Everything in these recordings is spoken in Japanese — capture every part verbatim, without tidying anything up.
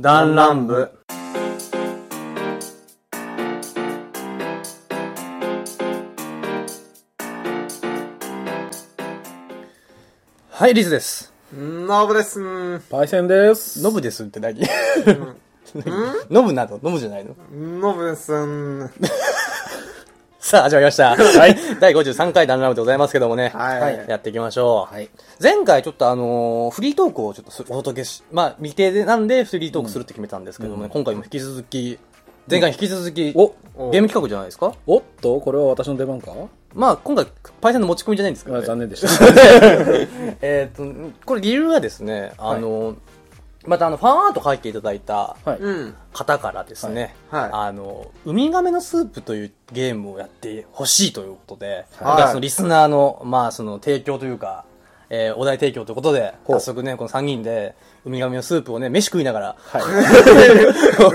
弾丸部。はい、リズです。 ノブです。 パイセンです。 ノブですって何？ノブなの？ノブじゃないの？ ノブです。 さあ、始まりました。はい。だいごじゅうさんかい弾丸部でございますけどもね。 はい。 はい、やっていきましょう。 はい。 前回ちょっとあのー、フリートークをちょっとお届けし、まあ、未定でなんでフリートークするって決めたんですけどもね、うん、今回も引き続き、前回引き続き、おゲーム企画じゃないですか？ おっと、これは私の出番か？ まあ、今回、パイセンの持ち込みじゃないんですけど、ね、 残念でした。 えっと、これ理由はですね、あの、はい、またあの、ファンアート書いていただいた方からですね、はいはい、あの、ウミガメのスープというゲームをやってほしいということで、はい、そのリスナーの、まあ、その提供というか、えー、お題提供ということで、早速ね、このさんにんで、ウミガメのスープをね、飯食いながら。はい。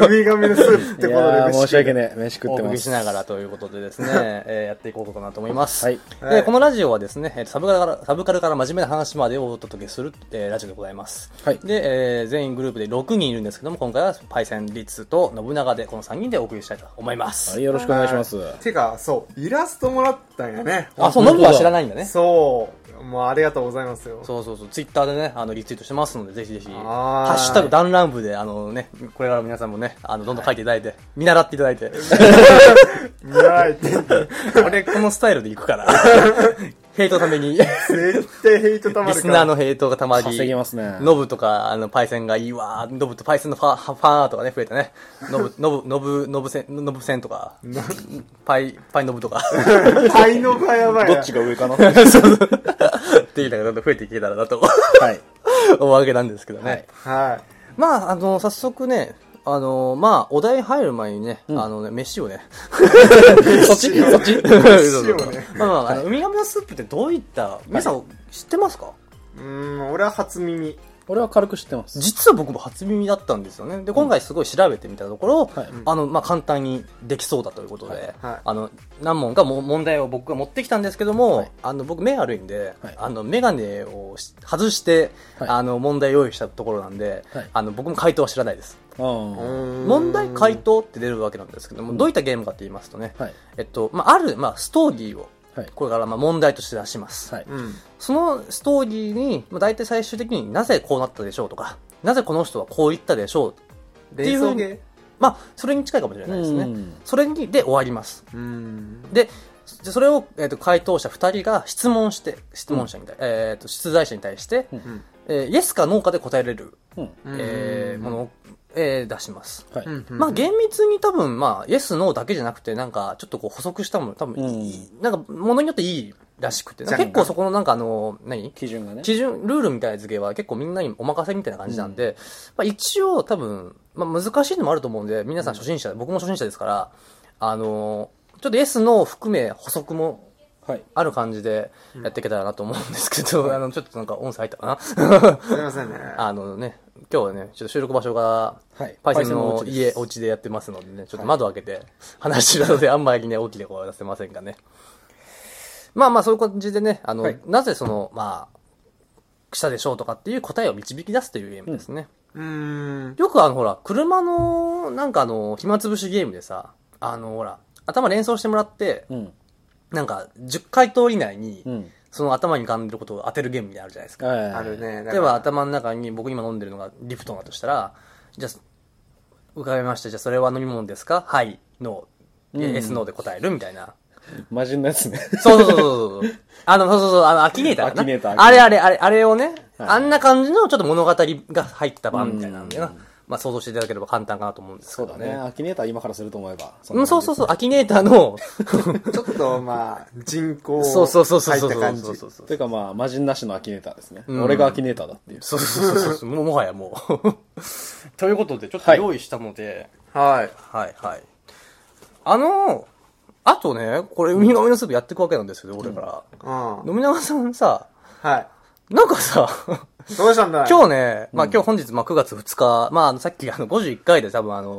ウミガメのスープってことで飯申し訳ね、飯食ってます。 お送りしながらということでですね、えー、やっていこうかなと思います。はい。 はい、 で、このラジオはですね、サブカルから、サブカルから真面目な話までをお届けする、えー、ラジオでございます。はい。で、えー、全員グループでろくにんいるんですけども、今回はパイセン、リツと信長で、このさんにんでお送りしたいと思います。 はい、よろしくお願いします。 てか、そう、イラストもらったんやね。 あ、そう、ノブは知らないんだね。 そう。もうありがとうございますよ。 そうそうそう、ツイッターでね、あの、リツイートしてますので、ぜひぜひ、ハッシュタグ弾丸部で、あのね、これから皆さんもね、あの、どんどん書いていただいて、見習っていただいて。 見習って。 俺、このスタイルで行くから。ヘイトのために。 絶対ヘイトたまるから。 リスナーのヘイトがたまり。 稼ぎますね。 ノブとか、あの、パイセンがいいわ。ノブとパイセンのファン、ファンアートがね、増えてね。ノブ、ノブ、ノブ、ノブセン、ノブセンとか。パイ、パイノブとか。 パイノブはやばい。 どっちが上かなそうそう。 っていうのがどんどん増えていけたらなと。はい。思うわけなんですけどね。 はい。 まあ、あの、早速ね、あのー、まあ、お題入る前にね、うん、あのね、飯をね。そっちそっち飯をね。まあまあ、はい、あの、ウミガメのスープってどういった、皆さん知ってますか？ うーん、俺は初耳。 俺は軽く知ってます。 実は僕も初耳だったんですよね。で、今回すごい調べてみたところ、うん、あの、まあ、簡単にできそうだということで、はいはい、あの、何問かも問題を僕が持ってきたんですけども、はい、あの、僕目悪いんで、はい、あの、メガネを外して、はい、あの、問題用意したところなんで、はい、あの、僕も回答は知らないです。問題回答って出るわけなんですけども、うん、どういったゲームかって言いますとね、はい、えっと、まあ、ある、まあ、ストーリーを、はい、これからまあ問題として出します、はい、うん、そのストーリーに、まあ、大体最終的になぜこうなったでしょうとか、なぜこの人はこう言ったでしょうっていうふうに、まあ、それに近いかもしれないですね、うん、それにで終わります、うん、でそれを、えー、と回答者ふたりが質問して質問者に対、うん、えー、と出題者に対して、うん、えー、イエスかノーかで答えられる、うん、えー、ものをえー、出します。はい、まあ厳密に多分まあイエスノーだけじゃなくてなんかちょっとこう補足したもの多分いい、うん、なんかものによっていいらしくて結構そこのなんかあの何基準がね基準ルールみたいな付けは結構みんなにお任せみたいな感じなんで、うん、まあ一応多分まあ難しいのもあると思うんで皆さん初心者、うん、僕も初心者ですからあのちょっとイエスノー含め補足もはい、ある感じでやっていけたらなと思うんですけど、うん、あのちょっとなんか音声入ったかなすみませんね。 あのね、今日はね、ちょっと収録場所が、はい、パイセンの家、お家でやってますのでね、ちょっと窓開けて話なので、あんまりね、大きな声は出せませんがね。まあまあ、そういう感じでね、あの、はい、なぜその、まあ、したでしょうとかっていう答えを導き出すというゲームですね。うん、うーんよくあの、ほら、車の、なんかあの、暇つぶしゲームでさ、あの、ほら、頭連想してもらって、うんなんか、じゅっかい通り以内に、うん、その頭に浮かんでることを当てるゲームみたいなのあるじゃないですか。 あるね。 例えば頭の中に僕今飲んでるのがリプトンだとしたら、じゃあ、伺いました。じゃあそれは飲み物ですか？はい、ノー、うん、S ノーで答えるみたいな。 マジのやつね。 そうそうそうそう。あの、そうそうそう、あの、アキネーターかな。アキネーター。あれあれ、あれ、あれをね、はい、あんな感じのちょっと物語が入った版みたいなんだよな。まあ想像していただければ簡単かなと思うんですけどね。 そうだね。アキネーター今からすると思えば。 うん、そうそうそう。アキネーターのちょっとまあ人口そうそうそうそうそう感じ。 というかまあ魔人なしのアキネーターですね。うん、俺がアキネーターだっていう。 そうそうそうそう。も, もはやもう。ということでちょっと用意したので、 はい、 はいはいはい。あのあとねこれウミガメのスープやっていくわけなんですけど、俺から。うん。飲長さんさ、 はい。 なんかさ。 どうしたんだい今日ね、まあ今日本日、まあくがつふつか、まあさっきあのごじゅういっかいで多分あの、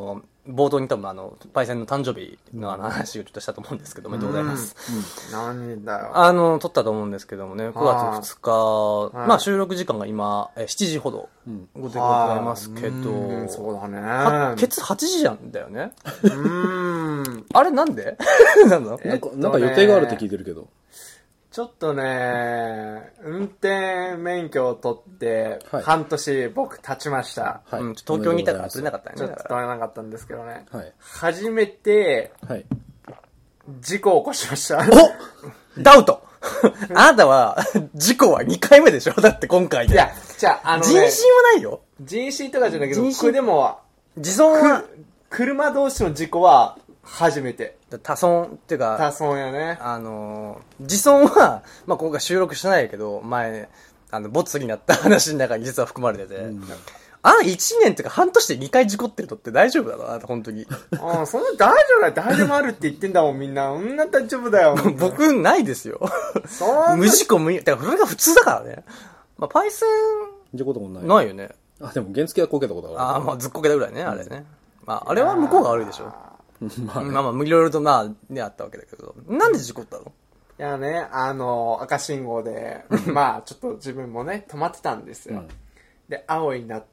冒頭に多分あの、パイセンの誕生日のあの話をちょっとしたと思うんですけども、おめでとうございます。 うん、何だよ。 あの、撮ったと思うんですけどもね、くがつふつか、まあ収録時間が今、しちじほどでございますけど、 うん、そうだね。 ケツはちじなんだよね。 うーん。 あれなんでなんだ、 なんか、なんか予定があるって聞いてるけど。 ちょっとね、運転免許を取って半年僕経ちました。 はい、うん、東京にいたから取れなかったね。 ちょっと取れなかったんですけどね。 はい、 初めて、事故を起こしました。 おダウトあなたは、事故はにかいめでしょだって今回で。 いや、じゃあ、あの、ね、 人身はないよ。 人身とかじゃないけど、これでも、 自損は、 車同士の事故は初めて。 多損っていうか、 多損やね。 あの、自損は、まあ、今回収録してないけど、前、あの、ボツになった話の中に実は含まれてて、うん、あのいちねんっていうか半年でにかい事故ってるのって大丈夫だな、あなた本当に。 ああ、そんな大丈夫だよ。誰でもあるって言ってんだもん、みんな。そんな大丈夫だよ。 僕、ないですよ。無事故無、だからそれが普通だからね。まあ、パイセン、 事故ともない。 ないよね。 あ、でも原付はこけたことある。 ああ、まあ、ずっこけたぐらいね、あれね。まあ、あれは向こうが悪いでしょ。まあ、ね、まあまあ、いろいろとまあ、ね、あったわけだけど。なんで事故ったの？ いやね、あの、赤信号で、まあ、ちょっと自分もね、止まってたんですよ。うん、で、青になって、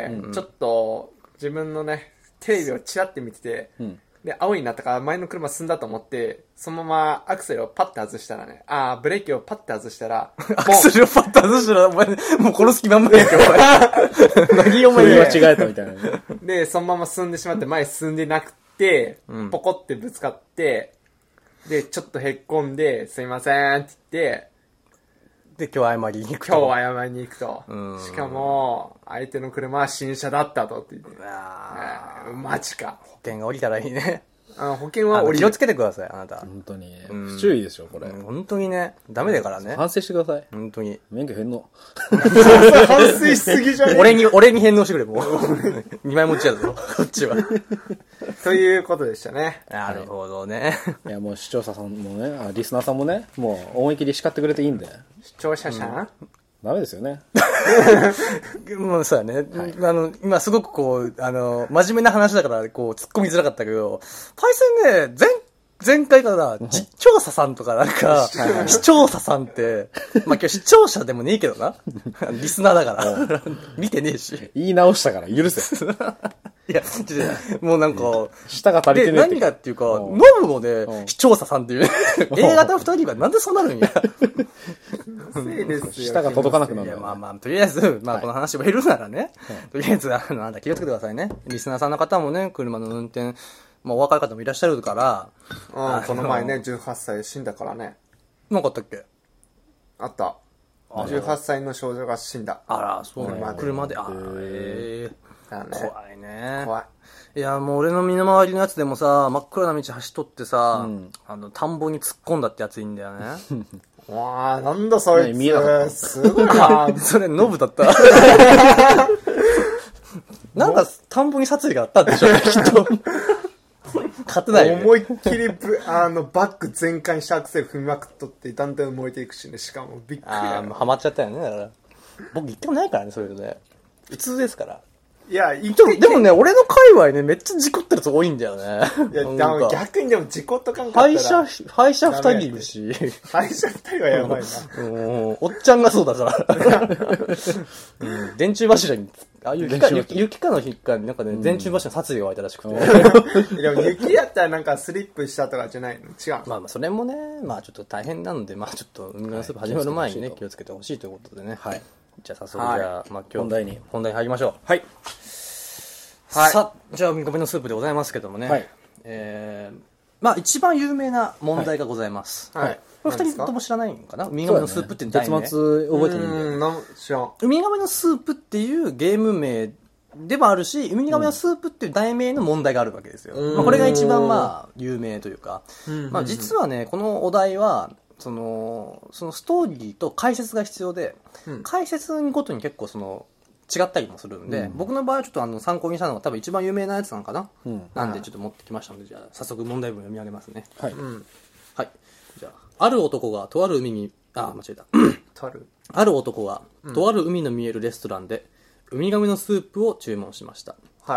うん、ちょっと、自分のね、テレビをチラって見てて、うん、で、青になったから前の車進んだと思って、そのままアクセルをパッて外したらね、ああ、ブレーキをパッて外したら、 アクセルをパッて外したら、お前、もう殺す気満々やけど、お前。何お前間違えたみたいな、ね。 で、そのまま進んでしまって、前進んでなくて、うん、ポコってぶつかって、で、ちょっとへっこんで、すいませんって言って、 で、今日謝りに行くと。 今日謝りに行くと。しかも、相手の車は新車だったとって言って。あー、マジか。 保険が降りたらいいね。 あの保険は降り気をつけてください、あなた。 本当に。不注意でしょ、これ。 本当にね。ダメだからね。 反省してください。 本当に。 免許返納。 反省しすぎじゃね俺に、俺に返納してくれ、もう。二枚持ちやぞ、こっちは。 ということでしたね。 なるほどね。 いや、もう視聴者さんもね、あリスナーさんもね、もう思い切り叱ってくれていいんで。 視聴者さん、うんダメですよね。 もうそうだね、はい。あの、今すごくこう、あの、真面目な話だから、こう、突っ込みづらかったけど、パイセンね、前、前回から実調査さんとかなんか、視聴者さんって、まあ、今日視聴者でもねえけどな。リスナーだから。見てねえし。 言い直したから許せ。 いや、もうなんか、 舌が足りてねえって。 何かっていうか、ノブもね、視聴者さんっていう、A 型二人がなんでそうなるんや。 舌が届かなくなる。 いや、まあまあ、とりあえず、まあこの話を得るならね、とりあえず、あの、なんだ、気をつけてくださいね。リスナーさんの方もね、車の運転、まあお若い方もいらっしゃるから、 うん、この前ね、じゅうはっさい死んだからね。 なんかあったっけ？ あった。じゅうはっさいの少女が死んだ。 あら、そうね。車で、あえー、 怖いね。 怖い。 いや、もう俺の身の回りのやつでもさ、真っ暗な道走っとってさ、うん、あの、田んぼに突っ込んだってやついいんだよね。 わー、なんだそいつ。すごいな。 それ、ノブだった。なんか、田んぼに殺意があったんでしょ、きっと。勝てないよ、ね。 思いっきりぶ、あの、バック全開してアクセル踏みまくっとって、だんだん燃えていくしね、しかもびっくり。 ああ、ハマっちゃったよね、だから。僕一回もないからね、そういうのね。普通ですから。 いや、 でも、でもね、俺の界隈ね、めっちゃ事故ってる人多いんだよね。 いや、でも逆にでも事故とかんかったら。 廃車、廃車二人いるし。 廃車二人はやばいな。 うん、おっちゃんがそうだから。うん、電柱柱に、あ、雪か、雪、雪かの日かになんかね、電柱柱に殺意が湧いたらしくて。 でも雪やったらなんかスリップしたとかじゃないの？違う。 まあまあ、それもね、まあちょっと大変なので、まあちょっと、海のスープ始まる前にね、気をつけてほしいということでね。 はい。 じゃあ早速、じゃあ、まあ今日、 本題に。 本題に入りましょう。 はい。 はい、さあ、じゃあ、ウミガメのスープでございますけどもね。はい。えー、まあ、一番有名な問題がございます。はい。はい、これ二人とも知らないのかな？ウミガメのスープって題名。 結末覚えてるんだよ。 うん、知らん。 ウミガメのスープっていうゲーム名でもあるし、ウミガメのスープっていう題名の問題があるわけですよ。うん、まあ、これが一番まあ、有名というか。まあ、実はね、このお題は、その、そのストーリーと解説が必要で、うん、解説ごとに結構その、違ったりもするんで、うん、僕の場合はちょっとあの参考にしたのが多分一番有名なやつなのかな、うん、なんでちょっと持ってきましたので、じゃあ早速問題文読み上げますね。はい、うん、はい。じゃあ、ある男がとある海に、あ、間違えた。 とあるある男がとある海の見えるレストランでウミガメのスープを注文しました。 はい。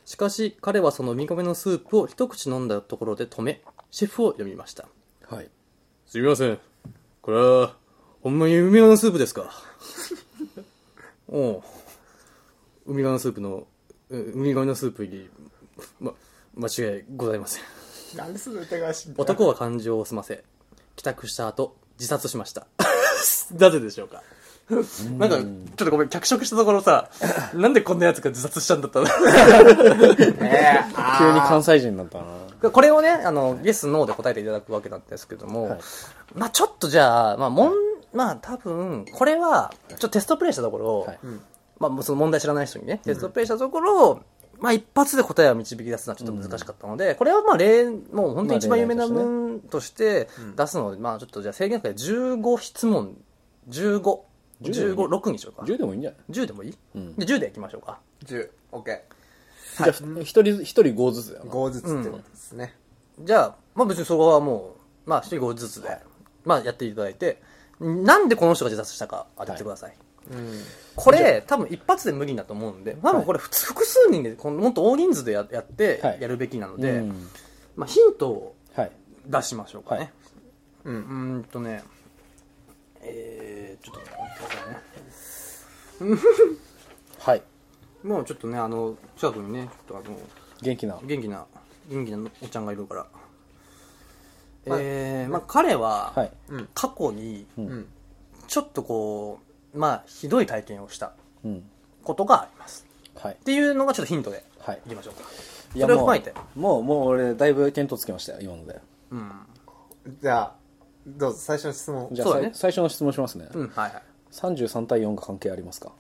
しかし彼はそのウミガメのスープを一口飲んだところで止め、シェフを呼びました。 はい。 すみません。これは、ほんまにウミガメのスープですか？おう。ウミガメのスープの、ウミガメのスープに、ま、間違いございません。 なんでその疑わしいんだ。 男は感情を済ませ、帰宅した後、自殺しました。なぜでしょうか？なんか、ちょっとごめん、脚色したところさ、なんでこんなやつが自殺したんだったの？ えー、急に関西人になったな。 これをね、あの、イエス、ノーで答えていただくわけなんですけども、はい、まあちょっとじゃあ、まあもん、まあ多分、これは、ちょっとテストプレイしたところ、はい、まあその問題知らない人にね、テストプレイしたところ、うん、まあ一発で答えを導き出すのはちょっと難しかったので、うん、これはまあ例、もう本当に一番有名な文として出すので、まあちょっとじゃあ制限でじゅうご質問、じゅうご、じゅうご、ろくにしようか。 じゅうでもいいんじゃない ?じゅうでもいい、うん、でじゅうでいきましょうか。 じゅう、オッケー。じゃあ、一人、一人ごずつだよな。 ごずつってことですね。 うん、じゃあ、まあ別にそこはもう、まあ一人ごずつで、まあやっていただいて、なんでこの人が自殺したか当ててください。はい、うん、これ、多分一発で無理だと思うんで、多分これ普通、複数人で、もっと大人数で や, やってやるべきなので、はい、まあヒントを出しましょうかね。はい、うん、うんとね、えー、ちょっと待ってくださいね。 はい。 もうちょっとね、あの、近くにね、ちょっとあの、 元気な。 元気な、元気なおっちゃんがいるから。はい、えー、まあ彼は、はい、過去に、うん、ちょっとこう、まあ、ひどい体験をしたことがあります。はい。っていうのがちょっとヒントで、はい。いきましょうか。それを踏まえて。 もう、もう俺、だいぶ見当つきましたよ、今ので。 うん。じゃあ、どうぞ、最初の質問。 じゃあ、ね、最初の質問しますね。 うん、はいはい。 さんじゅうさんたいよんが関係ありますか？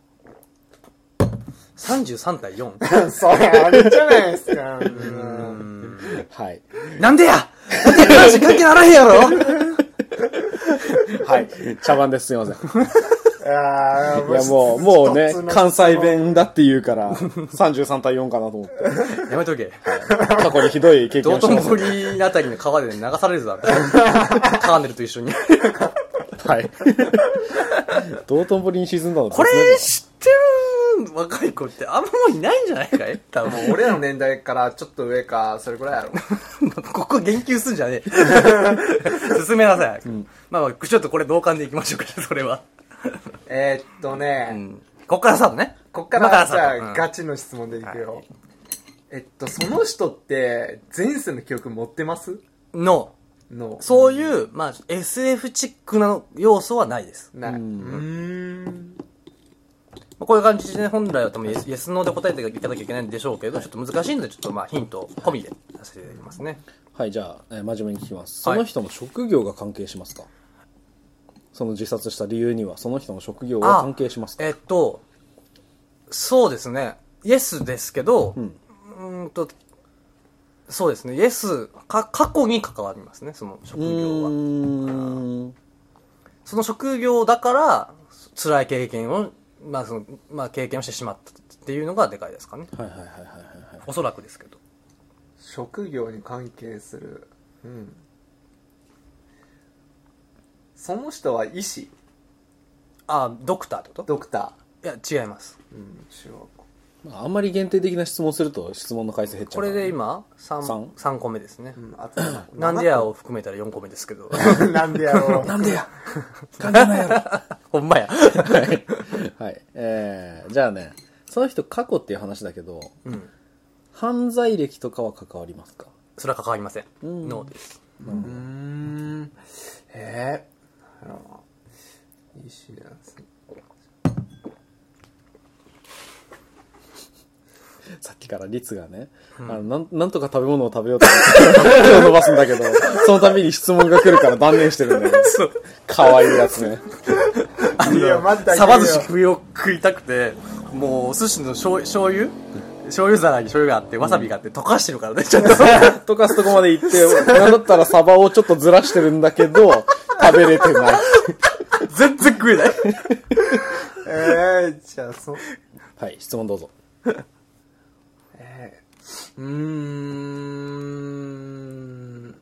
さんじゅうさんたいよん？ それあれじゃないですか。うん。 はい。 なんでやなんで話関係あらへんやろはい。茶番です、すいません。いやもう、もうね、関西弁だって言うから、さんじゅうさんたいよんかなと思って。 やめとけ。 過去にひどい経験をしてます。 道頓堀あたりの川で流されるぞ。カーネルと一緒に。 はい。道頓堀に沈んだのこれ知ってる若い子ってあんまもういないんじゃないかい多分。 俺らの年代からちょっと上か、それぐらいやろ。 ここ言及すんじゃねえ。進めなさい。うん、まあまあ、ちょっとこれ同感でいきましょうか、それは。 えーっとね、うん、 こっからスタートね。 こっからじゃあ、うん、ガチの質問でいくよ。はい、えっと、その人って前世の記憶持ってます？ の、 のそういう、まあ、エスエフ チックな要素はないです。 ない。うーん。 こういう感じで、ね、本来は多分イエスノーで答えていかなきゃいけないんでしょうけど、はい、ちょっと難しいので、ちょっとまあヒント込みでさせていただきますね。 はい、じゃあ、えー、真面目に聞きます。その人の職業が関係しますか？はい、その自殺した理由にはその人の職業が関係しますか？ えっとそうですね、イエスですけど、うん、うーんとそうですね、イエスか過去に関わりますね、その職業は。うーん、その職業だから辛い経験を、まあそのまあ、経験をしてしまったっていうのがでかいですかね。 はいはいはいはいはい、 おそらくですけど。 職業に関係する、うん、その人は医師？ あ、ドクターってこと？ ドクター。いや、違います。 うん、違うか。 まあ、あんまり限定的な質問すると質問の回数減っちゃう。 これで今 3, 3個目ですね。うん、あなんでやを含めたらよんこめですけど。 なんでやろう。 なんでや。関係ないやろ。 ほんまや。 はい。はい。えー、じゃあね、その人過去っていう話だけど、うん、犯罪歴とかは関わりますか？ それは関わりません。ノーです。 うーん。えー。いいしなんですね。 さっきからリツがね、うん、あのなん、なんとか食べ物を食べようと思って手を伸ばすんだけど、そのために質問が来るから断念してるんだよね。かわいいやつね。 いや、待って、サバ寿司食いを食いたくて、もうお寿司の醤醤油醤油皿に醤油があって、わさびがあって溶かしてるからね、ちょっと。 溶かすとこまで行って、なんだったらサバをちょっとずらしてるんだけど、食べれてない。 全然食えない。 えー、じゃあ、そう。 はい、質問どうぞ。 えー、うーん。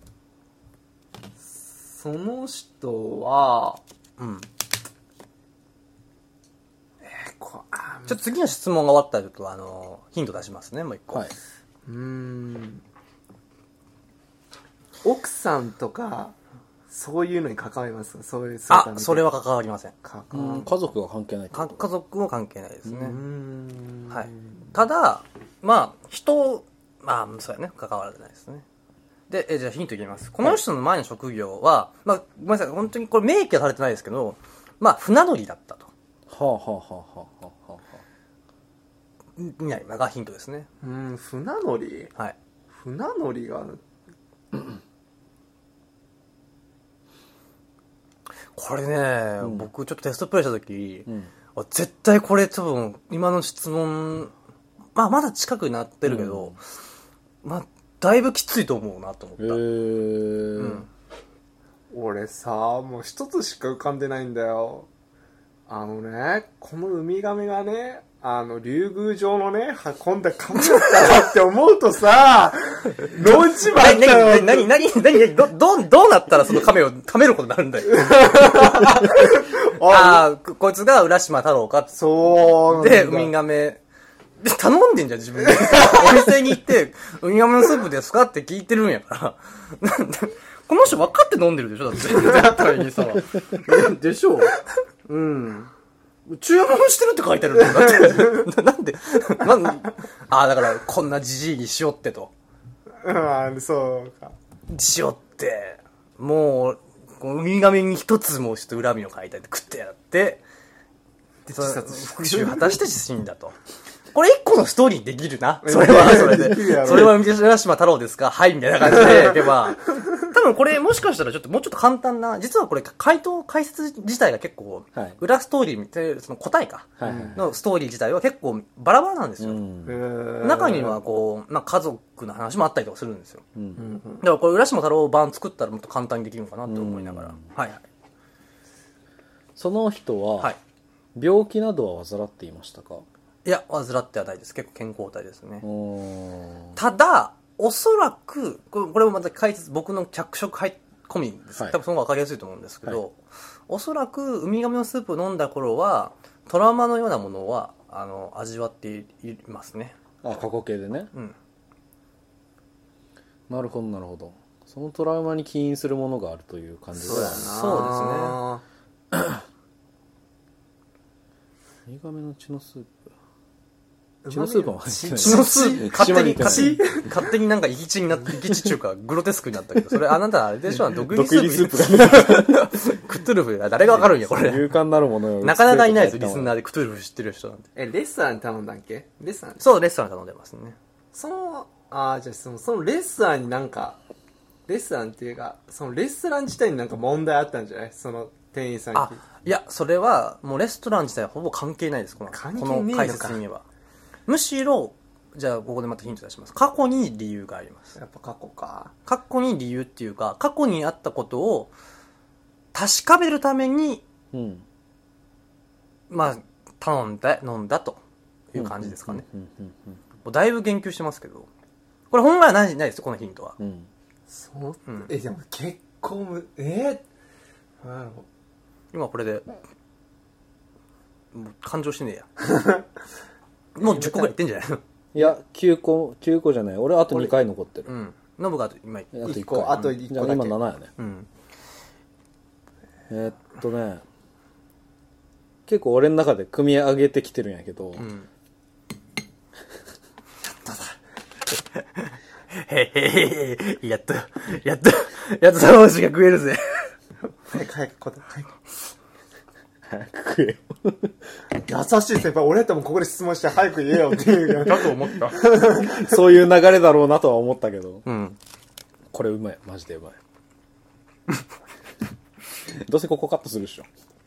その人は、うん。えー、こあちょっと次の質問が終わったらちょっとあのヒント出しますね、もう一個。はい、 うーん奥さんとかそういうのに関わりますか？そういうあ、それは関わりません。 うん家族は関係ないか家族も関係ないですね。はい、ただまあ人まあそうやね、関わらないですね。でえじゃあヒントいきます。この人の前の職業は、まあごめんなさい、本当にこれ明記はされてないですけど、まあ船乗りだったと。 はあはあはあはあはあはあ。 みたいながヒントですね。 うん、船乗り。 はい。 船乗りがある。 これね、うん、僕ちょっとテストプレイした時、うん、絶対これ多分今の質問、まあまだ近くなってるけど、うん、まあだいぶきついと思うなと思った。へー、 うん、俺さ、もう一つしか浮かんでないんだよ。あのね、このウミガメがね、あの、竜宮城のね、運んだ亀だったなって思うとさ、ロンチマンだよ。 なになになにど、ど、どうなったらその亀を食べることになるんだよ。ああ、こいつが浦島太郎か。 そう。 で、ウミガメ。で、頼んでんじゃん、自分で。お店に行って、ウミガメのスープですかって聞いてるんやから。この人分かって飲んでるでしょ、だって。絶対にさ。でしょう。うん。注文してるって書いてあるんだって。なんで、なんで、ああ、だから、こんなじじいにしよってと。 ああ、そうか。 しよって、もう、このウミガメに一つもうちょっと恨みを書いたって食ってやって、で、その復讐果たして死んだと。これ一個のストーリーできるな。それは、それで。それは浦島太郎ですか？はい、みたいな感じでいけば、多分これもしかしたらちょっともうちょっと簡単な、実はこれ回答、解説自体が結構、はい、裏ストーリーみたいな、その答えか、はい、のストーリー自体は結構バラバラなんですよ。うん、中にはこう、まあ、家族の話もあったりとかするんですよ。うん、だからこれ浦島太郎版作ったらもっと簡単にできるのかなって思いながら。はいはい。 その人は、はい、病気などは患っていましたか？ いや、患ってはないです。結構健康体ですね。ただ、おそらく、これこれもまた解説、僕の脚色入込みです。はい、多分その方が分かりやすいと思うんですけど、はい、おそらく、ウミガメのスープを飲んだ頃は、トラウマのようなものは、あの、味わっていますね。 あ、過去形でね。うん。なるほど、なるほど。そのトラウマに起因するものがあるという感じですね。 そうですね。 ウミガメの血のスープ。血のスープも入ってない。 血のスープ勝手に、勝手になんか生き血になって、生き血中かグロテスクになったけど、それあなたあれでしょ、毒入りスープ。毒入りスープが。クトゥルフ、誰がわかるんや、これ。 勇敢なるものよ。 なかなかいないです、リスナーでクトゥルフ知ってる人なんて。 え、レストランに頼んだっけ？レストラン？ そう、レストラン頼んでますね。 その、ああ、じゃあその、そのレストランになんか、レストランっていうか、そのレストラン自体になんか問題あったんじゃない？その店員さんに。 あ、いや、それは、もうレストラン自体はほぼ関係ないです、この、 関係ねえのか。 この解説に言えば。むしろ、じゃあここでまたヒント出します。過去に理由があります。 やっぱ過去か。 過去に理由っていうか、過去にあったことを確かめるために、うん、まあ、頼んだ、飲んだという感じですかね。だいぶ言及してますけど、これ本来はないないですよ、このヒントは。うん、 そう、うん、え、でも結構む、えー、 なん今これで、もう感情してねえや。もうじゅっこぐらいいってんじゃないの？ いや、きゅうこ、きゅうこじゃない。俺あとにかい残ってる。 うん。ノブがあと今いっこ。いっこ、あといっこだけ。 今ななやね。うん。えー、っとね、結構俺の中で組み上げてきてるんやけど、うん、やっとだ。へへへやっと、やっと、やっとサロンシが食えるぜ。 早く早く、早く。 早く食えよ。 優しい先輩、俺ともここで質問して早く言えよっていう。 だと思った。 そういう流れだろうなとは思ったけど。うん。これうまい。マジでうまい。どうせここカットするでしょ。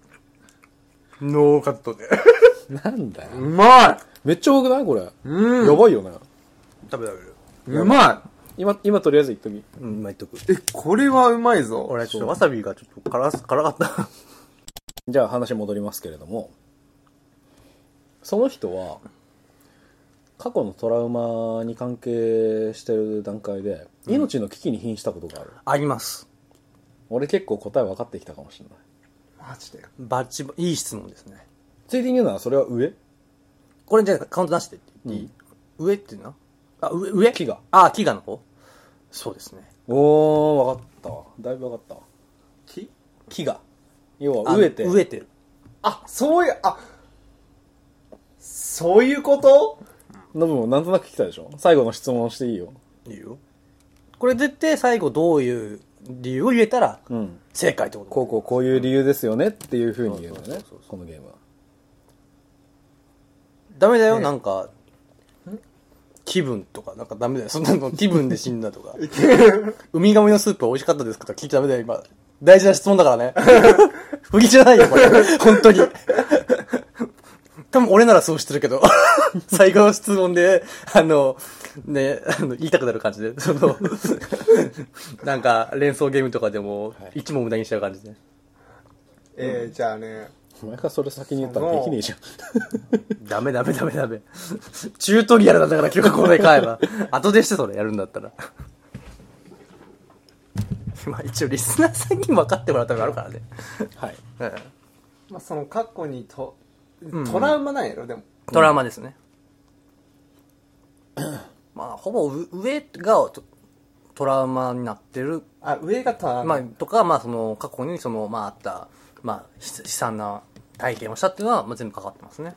ノーカットで。 なんだよ。 うまい。 めっちゃ多くないこれ。うん。やばいよね。 食べ食べる。 うまい。今、今とりあえず言っとき。 うん、今言っとく。 え、これはうまいぞ。 俺、ちょっとわさびがちょっと辛、辛かった。 じゃあ話戻りますけれども、その人は過去のトラウマに関係してる段階で命の危機に瀕したことがある、 うん、あります。 俺結構答え分かってきたかもしれない。 マジでバッチいい質問ですね。 ついでに言うならそれは上？ これじゃあカウントなしでって言っていい、うん、上っていうのあ、上上木が。 あ、木がの方そうですね。 おー、わかったわ。だいぶわかったわ。 木木が。要は植えて。 植えてる。 あ、そういう、あ、そういうこと？ ノブもなんとなく聞きたいでしょ。最後の質問していいよ。 いいよ。これ絶対最後どういう理由を言えたら、正解ってこと、 うん、こうこうこういう理由ですよねっていう風に言うのね。このゲームは。 ダメだよ、なんか、気分とか、なんかダメだよ。そんなの気分で死んだとか。ウミガメのスープは美味しかったですかとか聞いちゃダメだよ、今。大事な質問だからね。不義じゃないよ、これ。本当に。多分俺ならそうしてるけど、最後の質問で、あの、ね、あの、言いたくなる感じで、その、なんか、連想ゲームとかでも、一問無駄にしちゃう感じで。 えー、じゃあね。 お前がそれ先に言ったらできねえじゃん。 ダメダメダメダメ。チュートリアルなんだから許可これ買えば。後でしてそれやるんだったら。まあ一応リスナーさんに分かってもらうためあるからね。はい。うん、 まあその過去にと、トラウマなんやろ、でも。 トラウマですね。まあほぼ上がトラウマになってる。 あ、上がトラウマ。 まあとか、まあその過去にその、まああった、まあ悲惨な体験をしたっていうのは、まあ、全部かかってますね。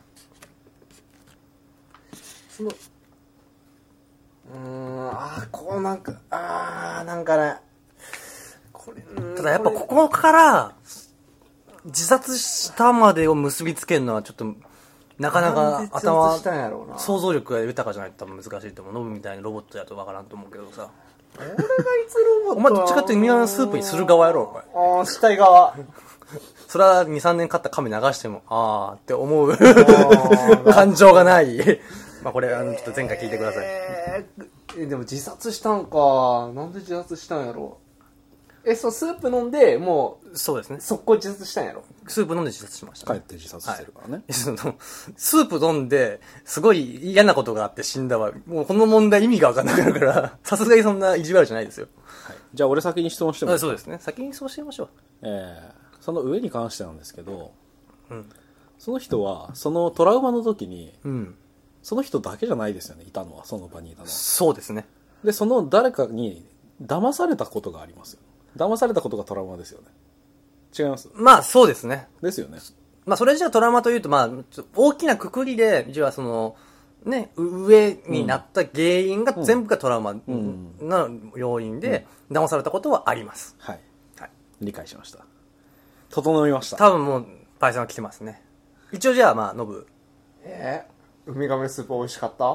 そのうーん、ああ、こうなんか、ああ、なんかね、これ、 ただやっぱここから自殺したまでを結びつけるのはちょっとなかなか頭想像力が豊かじゃないと多分難しいと思う。ノブみたいにロボットやとわからんと思うけどさ。 俺がいつロボットお前どっちかってウミガメのスープにする側やろお前。 ああ、死体側。 それはにさんねん飼った亀流してもあーって思う感情がない。まあこれあのちょっと前回聞いてください。 えー、でも自殺したんか。なんで自殺したんやろ。え、そうスープ飲んでもうそうですね。 速攻自殺したんやろ。 スープ飲んで自殺しました、 ね。帰って自殺してるからね。はい、 そのスープ飲んですごい嫌なことがあって死んだわ。もうこの問題意味が分かんなくなるからさすがにそんな意地悪じゃないですよ。 はい、じゃあ俺先に質問してもいいですか。 そうですね。先にそうしてみましょう。 えー、その上に関してなんですけど、うん、その人はそのトラウマの時に、うん、その人だけじゃないですよね。いたのはその場にいたのは。 そうですね。 でその誰かに騙されたことがありますよ。騙されたことがトラウマですよね。違います？ まあそうですね。 ですよね。 まあそれじゃトラウマというと、まあ大きな括りで、じゃあその、ね、上になった原因が全部がトラウマの要因で、騙されたことはあります。 はい。はい。理解しました。整いました。 多分もう、パイさんは来てますね。一応じゃあまあ、ノブ。 えー、ウミガメスープ美味しかった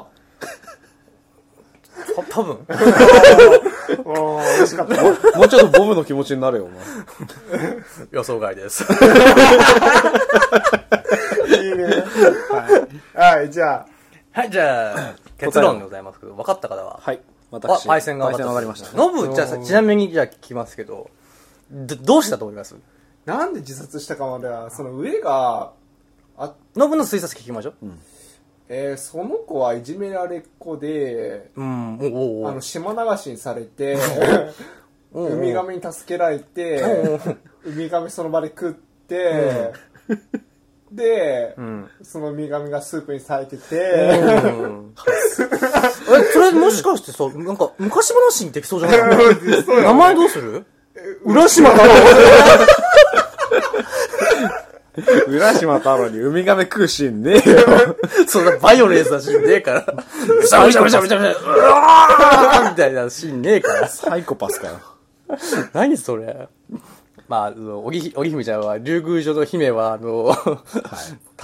多分おー美味しかったもう。もうちょっとボブの気持ちになるよ、お前。 予想外です。 いいね。はい。はい、じゃあ。 はい、じゃあ、結論でございますけど、分かった方は。 はい。私。 パイセンが分かりました。ノブ、じゃあ、ちなみにじゃあ聞きますけど、ど、どうしたと思います？ なんで自殺したかまでは、その上が、 あ、ノブの推察聞きましょう。うんえー、その子はいじめられっ子で、うん、おうおうあの島流しにされてウミガメに助けられてウミガメその場で食って、うん、で、うん、そのウミガメがスープにされてて、うん、 えそれもしかしてさなんか昔話にできそうじゃないの名前どうする？浦島太郎浦島太郎にウミガメ食うシーンねえよ。 そんなバイオレンスなシーンねえから。ブシャブシャブシャブシャブシャ、うわーみたいなシーンねえから。 サイコパスかよ。 何それ。まあ、おぎ、おぎひめちゃんは、竜宮城の姫は、あの、はい、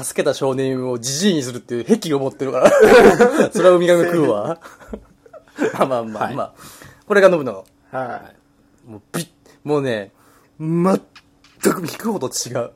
助けた少年をじじいにするっていう癖を持ってるから。それはウミガメ食うわ。まあまあまあ、はい、まあ。これがノブの。はい。もう、び、もうね、ま、全く引くほど違う。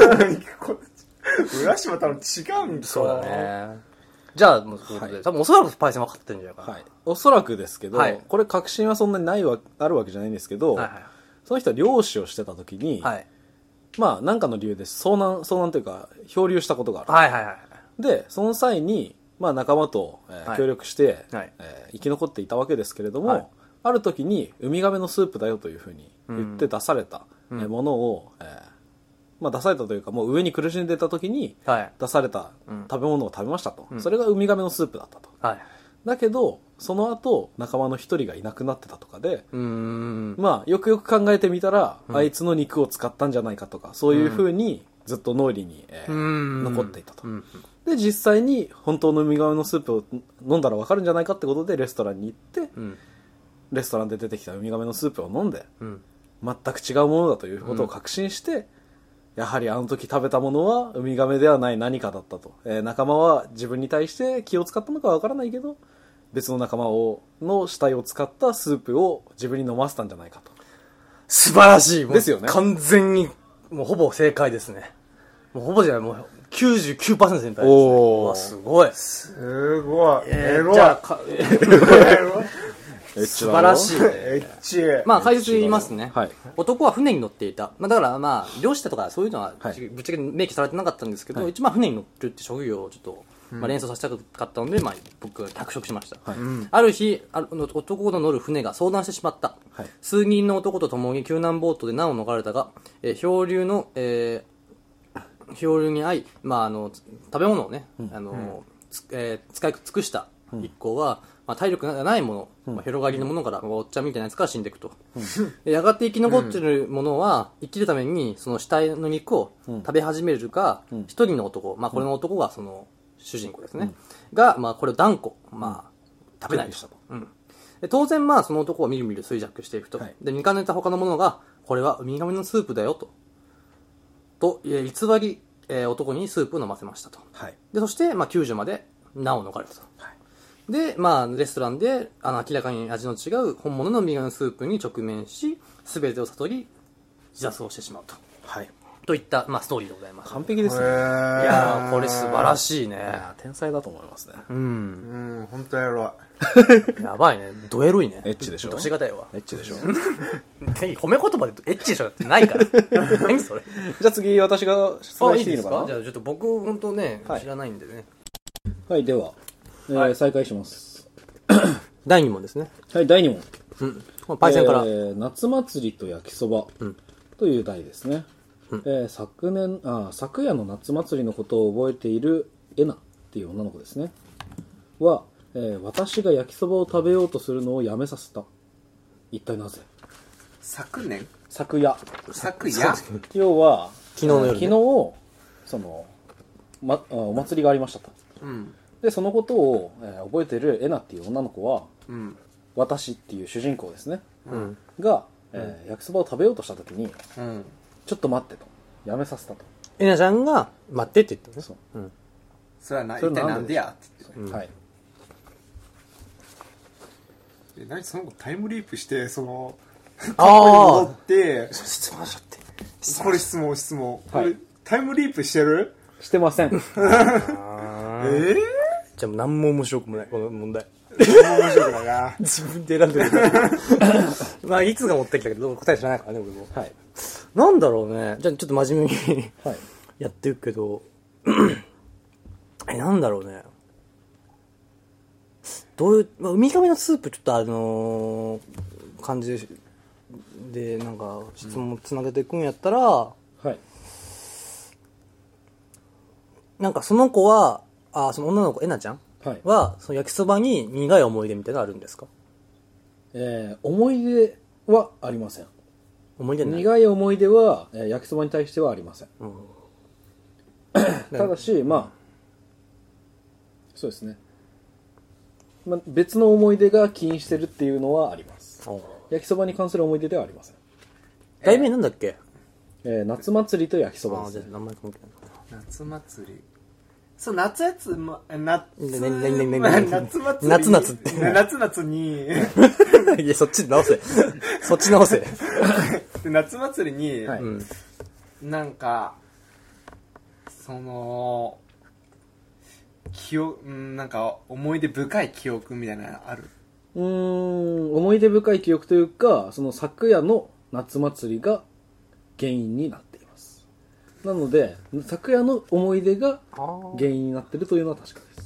浦島多分違うんですそうだね。じゃあ、もうそういうことで、はい、多分おそらくパイセン分かってるんじゃないかな。 はい。おそらくですけど、はい、これ確信はそんなにないわ、あるわけじゃないんですけど、はいはい、その人は漁師をしてた時に、はい、まあ、なんかの理由で遭難、遭難というか、漂流したことがある。はいはいはい。で、その際に、まあ仲間と、えーはい、協力して、はいえー、生き残っていたわけですけれども、はい、ある時にウミガメのスープだよというふうに言って出されたものを、うんえーまあ、出されたというかもう上に苦しんでた時に出された食べ物を食べましたと、うん、それがウミガメのスープだったと、はい、だけどその後仲間の一人がいなくなってたとかで、うーん、まあよくよく考えてみたら、うん、あいつの肉を使ったんじゃないかとかそういう風にずっと脳裏に、えー、残っていたと、うん、で実際に本当のウミガメのスープを飲んだら分かるんじゃないかってことでレストランに行って、うん、レストランで出てきたウミガメのスープを飲んで、うん、全く違うものだということを確信して、うん、やはりあの時食べたものはウミガメではない何かだったと、えー、仲間は自分に対して気を使ったのかわからないけど別の仲間をの死体を使ったスープを自分に飲ませたんじゃないかと。 素晴らしいですよね。 完全にもうほぼ正解ですね。もうほぼじゃないもう きゅうじゅうきゅうパーセント 正解です、ね、おーすごいすごい、 えー、エロいじゃあか素晴らしい、ね、 エッチ。 まあ解説言いますね、はい、男は船に乗っていた、まあ、だからまあ漁師とかそういうのはぶっちゃけ明記されてなかったんですけど、はい、一番船に乗ってるって職業をちょっと、まあ、連想させたかったので、まあ、僕は脚色しました、はい、ある日あの男の乗る船が遭難してしまった、はい、数人の男と共に救難ボートで難を逃れたが、えー、漂流の、えー、漂流に遭い、まあ、あの食べ物をね、うん、あの、うんえー、使い尽くした一行は、うんまあ、体力がないもの、うんまあ、広がりのものから、まあ、おっちゃんみたいなやつから死んでいくと、うん、やがて生き残っているものは、うん、生きるためにその死体の肉を食べ始めるか、うん、一人の男、まあ、これの男がその主人公ですね、うん、が、まあ、これを断固、まあ、食べないとしたと、うん、で当然、まあ、その男をみるみる衰弱していくと、はい、で見かねた他の者がこれはウミガメのスープだよとと偽り、えー、男にスープを飲ませましたと、はい、でそして、まあ、救助まで難を逃れたと、はいで、まあ、レストランで、あの、明らかに味の違う本物のウミガメのスープに直面し、すべてを悟り、自殺をしてしまうと。はい。といった、まあ、ストーリーでございます。 完璧ですね。いやー、これ素晴らしいね。いや天才だと思いますね。 うん。うん、ほんとエロい。やばいね。ドエロいね。 エッチでしょ。 どしがたいわ。 エッチでしょ。 褒め言葉でエッチでしょってないから。何それ。 じゃあ次、私が出題していいのかな。 いいですか？じゃあちょっと僕、ほんとね、はい、知らないんでね。 はい、では。えーはい、再開しますだいに問ですね。 はい、だいに問、 うん、パイセンから、えー、夏祭りと焼きそばという題ですね、うんえー、昨年あ昨夜の夏祭りのことを覚えているエナっていう女の子ですねは、えー、私が焼きそばを食べようとするのをやめさせた。一体なぜ？ 昨年昨夜昨夜要は昨日の夜、ね、 昨日その、ま、お祭りがありましたと、うんでそのことを、えー、覚えているエナっていう女の子は、うん、私っていう主人公ですね、うん、が、えーうん、焼きそばを食べようとした時に、うん、ちょっと待ってとやめさせたと。 エナちゃんが待ってって言ったね。そう、 うん、それはな一体なんでやって言って、うん、はい。え何その子タイムリープしてその過去に戻って質問しちゃってこれ質問質問、はい、これタイムリープしてる？ してません。 えーじゃあ何も面白くもないこの問題。 何も面白くないな。 自分で選んでるまあいつが持ってきたけど答え知らないからね俺も。はい。なんだろうね。じゃあちょっと真面目にはい、やっていくけどえなんだろうね。どういう、まあ、ウミガメのスープちょっとあのー、感じでなんか質問つなげていくんやったら、うん、はい。なんかその子はあその女の子エナちゃんは、はい、その焼きそばに苦い思い出みたいなのあるんですか？ えー、思い出はありません。 思い出ない？ 苦い思い出は、えー、焼きそばに対してはありません、うん、ただしまあそうですね、まあ、別の思い出が起因してるっていうのはあります。焼きそばに関する思い出ではありません。 題名なんだっけ？ えー、夏祭りと焼きそばです、ね、 あじゃあ名前関係ない。夏祭りそう夏やつ、ま、夏夏祭り夏夏って夏夏にいやそっち直せそっち直せで夏祭りに、はい、なんかその記憶なんか思い出深い記憶みたいなのある？ うーん思い出深い記憶というかその昨夜の夏祭りが原因になっています。なので昨夜の思い出が原因になっているというのは確かです。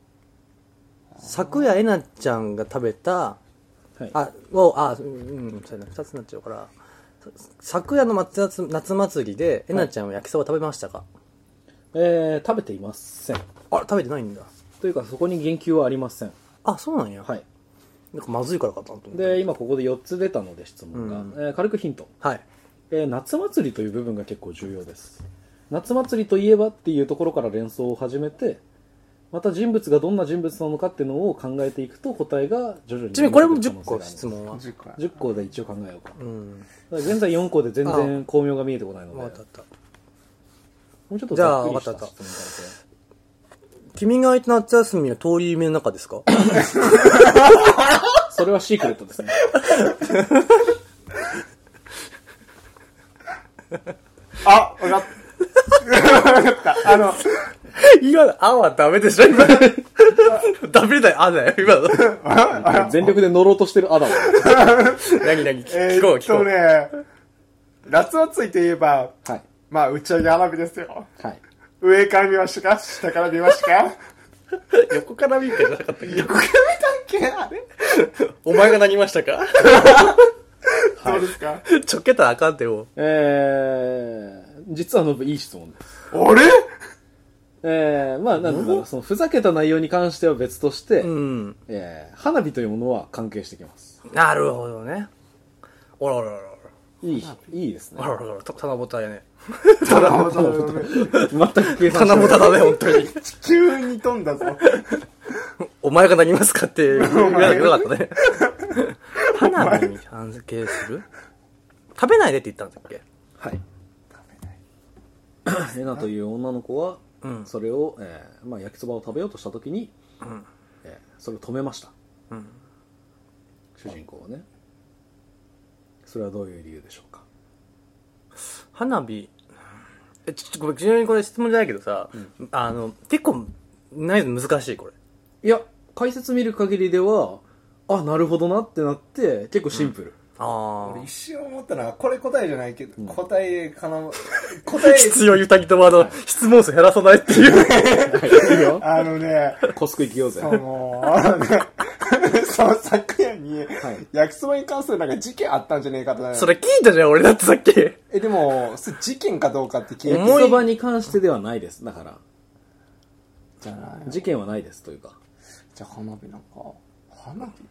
昨夜えなちゃんが食べた、はい、あをあうんそうやなふたつになっちゃうから昨夜の夏夏祭りでえなちゃんは焼きそば食べましたか？ えー、食べていません。 あ、食べてないんだ。 というかそこに言及はありません。 あ、そうなんや。 はい。 なんかまずいからかなと思って。 で、今ここでよっつ出たので質問が、うんえー、軽くヒント。 はい。 えー、夏祭りという部分が結構重要です。夏祭りといえばっていうところから連想を始めて、また人物がどんな人物なのかっていうのを考えていくと答えが徐々に。 ちなみにこれもじゅっこ質問は。 じゅっこで一応考えようか。うん。現在よんこで全然巧妙が見えてこないので。 わかった。 もうちょっとざっくりした質問から君が空いた夏休みは通り夢の中ですか？ それはシークレットですね。 あ、わかった。わかった。あの、 今の、あはダメでしょ今の。ダメだよ、あだよ、今の。 全力で乗ろうとしてるあだわ。 何何聞こう、聞こう。えっとね、夏祭りといえば、はい。まあ、打ち上げ花火ですよ。はい。上から見ましたか？下から見ましたか？ 横から見るかじゃなかったっけ？ 横から見たっけあれお前がなりましたか？ どうですか？ ちょっけたらあかんってよ。 えー、実はノブいい質問です。 あれえー、まあ、なんだろう、その、ふざけた内容に関しては別として、うん。えー、花火というものは関係してきます。 なるほどね。おらおらおら。 いい、いいですね。 あららら、棚ぼたやね。 棚ぼただね。 全く計算棚ぼただね、本当に。 急に飛んだぞ。 お前がなりますかって言わなきゃよかったね。花火に関係する？食べないでって言ったんだっけ？ はい。食べない。エナという女の子は、うん、それを、えーまあ、焼きそばを食べようとしたときに、うんえー、それを止めました。うん、主人公はね。それはどういう理由でしょうか？ 花火、え、ちょっとごめん、ちなみにこれ質問じゃないけどさ、うん、あの、結構、難易度難しい、これ。 いや、解説見る限りでは、あ、なるほどなってなって、結構シンプル。うん、 ああ。俺一瞬思ったのは、これ答えじゃないけど、うん、答えかな、答え。 必要ゆたきともあの、質問数減らさないっていう。 あのね、 コスク行きようぜ。 その、あのね、その昨夜に、焼きそばに関するなんか事件あったんじゃねえかと。 それ聞いたじゃん、俺だってさっき。 え、でも、それ事件かどうかって聞いて。 焼きそばに関してではないです。だから。じゃあ、事件はないですというか。 じゃあ花火なんか、花火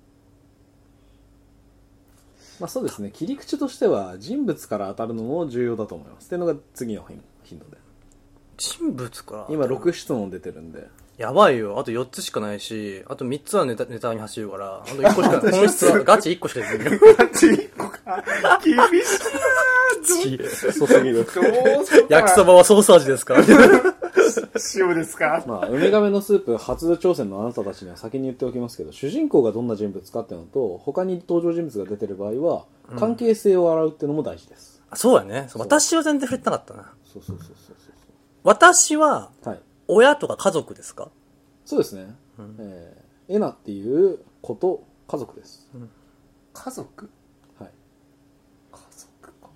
まあそうですね、切り口としては人物から当たるのも重要だと思います。っていうのが次のヒントで。 人物から今ろく質問出てるんで。 やばいよ。あとよっつしかないし、あとみっつはネタ、ネタに走るから、あといっこしか、本質はガチいっこしか出てない。 ガチいっこか。厳しいなぁ。 そうすぎる。 焼きそばはソース味ですか？ 塩ですか？ まあ、ウミガメのスープ初挑戦のあなたたちには先に言っておきますけど、主人公がどんな人物かっていうのと、他に登場人物が出てる場合は、関係性を洗うっていうのも大事です。 うん、そうやね。私は全然触れてなかったな。 そうそうそうそうそう。 私は、はい。親とか家族ですか？ そうですね。うん、えー、エナっていう子と家族です。うん、 家族？ はい。 家族か。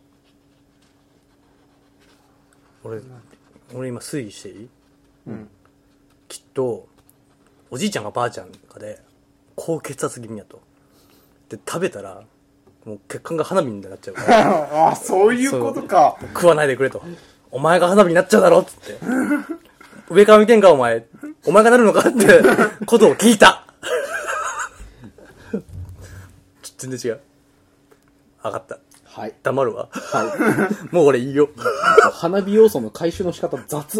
俺、俺今推理していい？うん。きっと、おじいちゃんがばあちゃんかで、高血圧気味やと。で、食べたら、もう血管が花火になっちゃうから。 ああ、そういうことか。 食わないでくれと。お前が花火になっちゃうだろっつって。上から見てんかお前。お前がなるのかってことを聞いた。全然違う。分かった。 はい。 黙るわ。 はい。 もう俺いいよ。 花火要素の回収の仕方雑。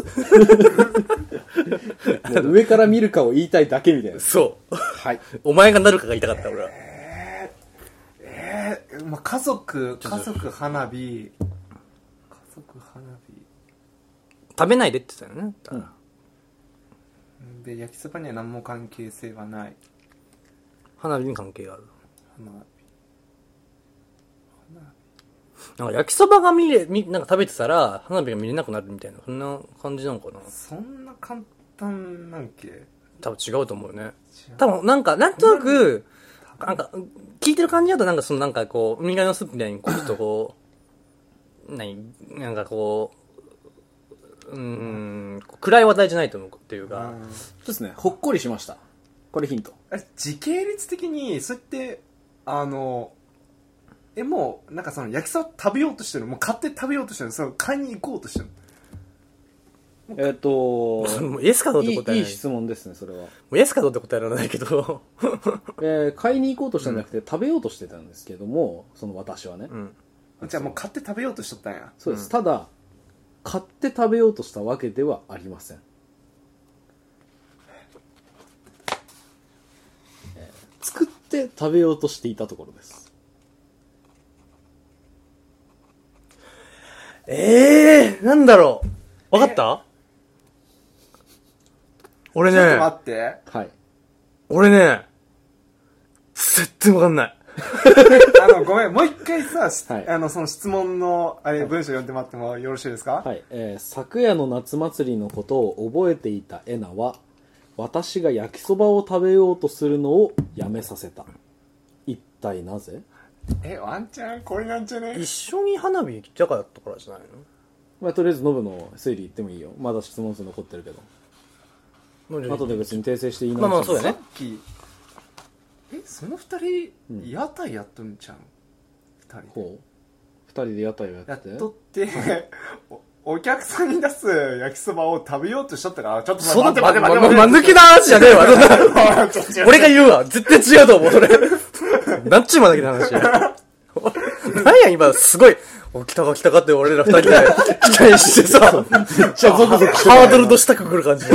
上から見るかを言いたいだけみたいな。 そう。 はい。 お前がなるかが言いたかった俺は。 えー、えー、まあ、家族、家族花火。家族花火。 食べないでって言ってたよね。 うん、で、焼きそばには何も関係性はない。 花火に関係がある。 花火。 なんか焼きそばが見れ、み、なんか食べてたら花火が見れなくなるみたいな、そんな感じなのかな。 そんな簡単なんけ？ 多分違うと思うよね。多分なんか、なんとなく、なんか、聞いてる感じだとなんかそのなんかこう、ウミガメのスープみたいにこう、ちょっとこう、何、なんかこう、うーん、暗い話題じゃないと思うっていうか。 そうですね、ほっこりしました。これヒント。 時系列的に、それって、あの、 え、もう、なんかその焼きそば食べようとしてるのもう買って食べようとしてるのその買いに行こうとしてるのえっ、ー、ともうイエスかどうって答えない。 いい、いい質問ですね、それは。もうイエスかどうって答えられないけど。 えー、買いに行こうとしたんじゃなくて、うん、食べようとしてたんですけども、その私はね。 うん、じゃあもう買って食べようとしとったんや。 そうです。うん、ただ、買って食べようとしたわけではありません。えー、作って食べようとしていたところです。 ええー、なんだろう。わかった？俺ね。 ちょっと待って。 はい。 俺ね、絶対わかんない。 あの、ごめん、もう一回さ、はい、あの、その質問の、あれ、文章読んでもらってもよろしいですか？ はい。えー、昨夜の夏祭りのことを覚えていたエナは、私が焼きそばを食べようとするのをやめさせた。一体なぜ？ え、ワンチャンこれなんじゃね？ 一緒に花火行きたかったからじゃないの？ まあ、とりあえずノブの推理言ってもいいよ。まだ質問数残ってるけど。後で別に訂正していいの？ まあまあそうだね。 さっきえその二人、うん、屋台やっとんちゃう？二人ほう二人で屋台をやってやっとって、はい、お, お客さんに出す焼きそばを食べようとしとったからちょっと待って待って待って待ってま、ま、ま抜きな話じゃねえわ俺が言うわ絶対違うと思うそれなんちゅうま抜きな話何や今すごい来たか来たかって俺ら二人で期待してさめっちゃゾクゾクハードルと下くくる感じ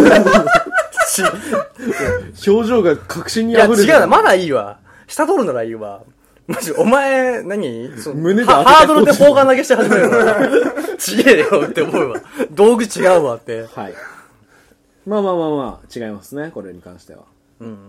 表情が確信にあふれてる。 いや違うなまだいいわ下通るならいいわマジお前何そ胸でハードルで砲丸投げして始めるのちげえよって思うわ道具違うわってはいまあまあまあまあ違いますねこれに関してはうん違う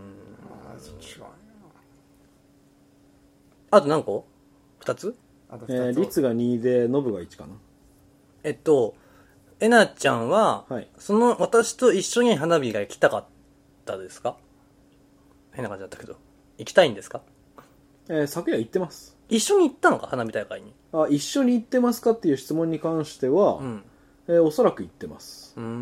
あと何個二つえー、率がにでノブがいちかなえっとえなちゃんは、はい、その私と一緒に花火が行きたかったですか？変な感じだったけど行きたいんですか？ えー、昨夜行ってます。 一緒に行ったのか花火大会に。 あ一緒に行ってますかっていう質問に関しては、うんえー、おそらく行ってます。うーん、うん、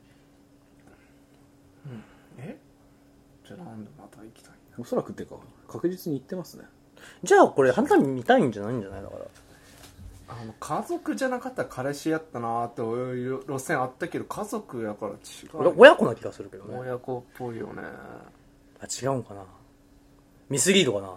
えじゃあなんでまた行きたいおそらくっていうか確実に行ってますね。 じゃあこれ花火見たいんじゃないんじゃないだからあの家族じゃなかったら彼氏やったなーっていう路線あったけど家族やから違う親子な気がするけどね親子っぽいよねあ違うんかなミスリードかな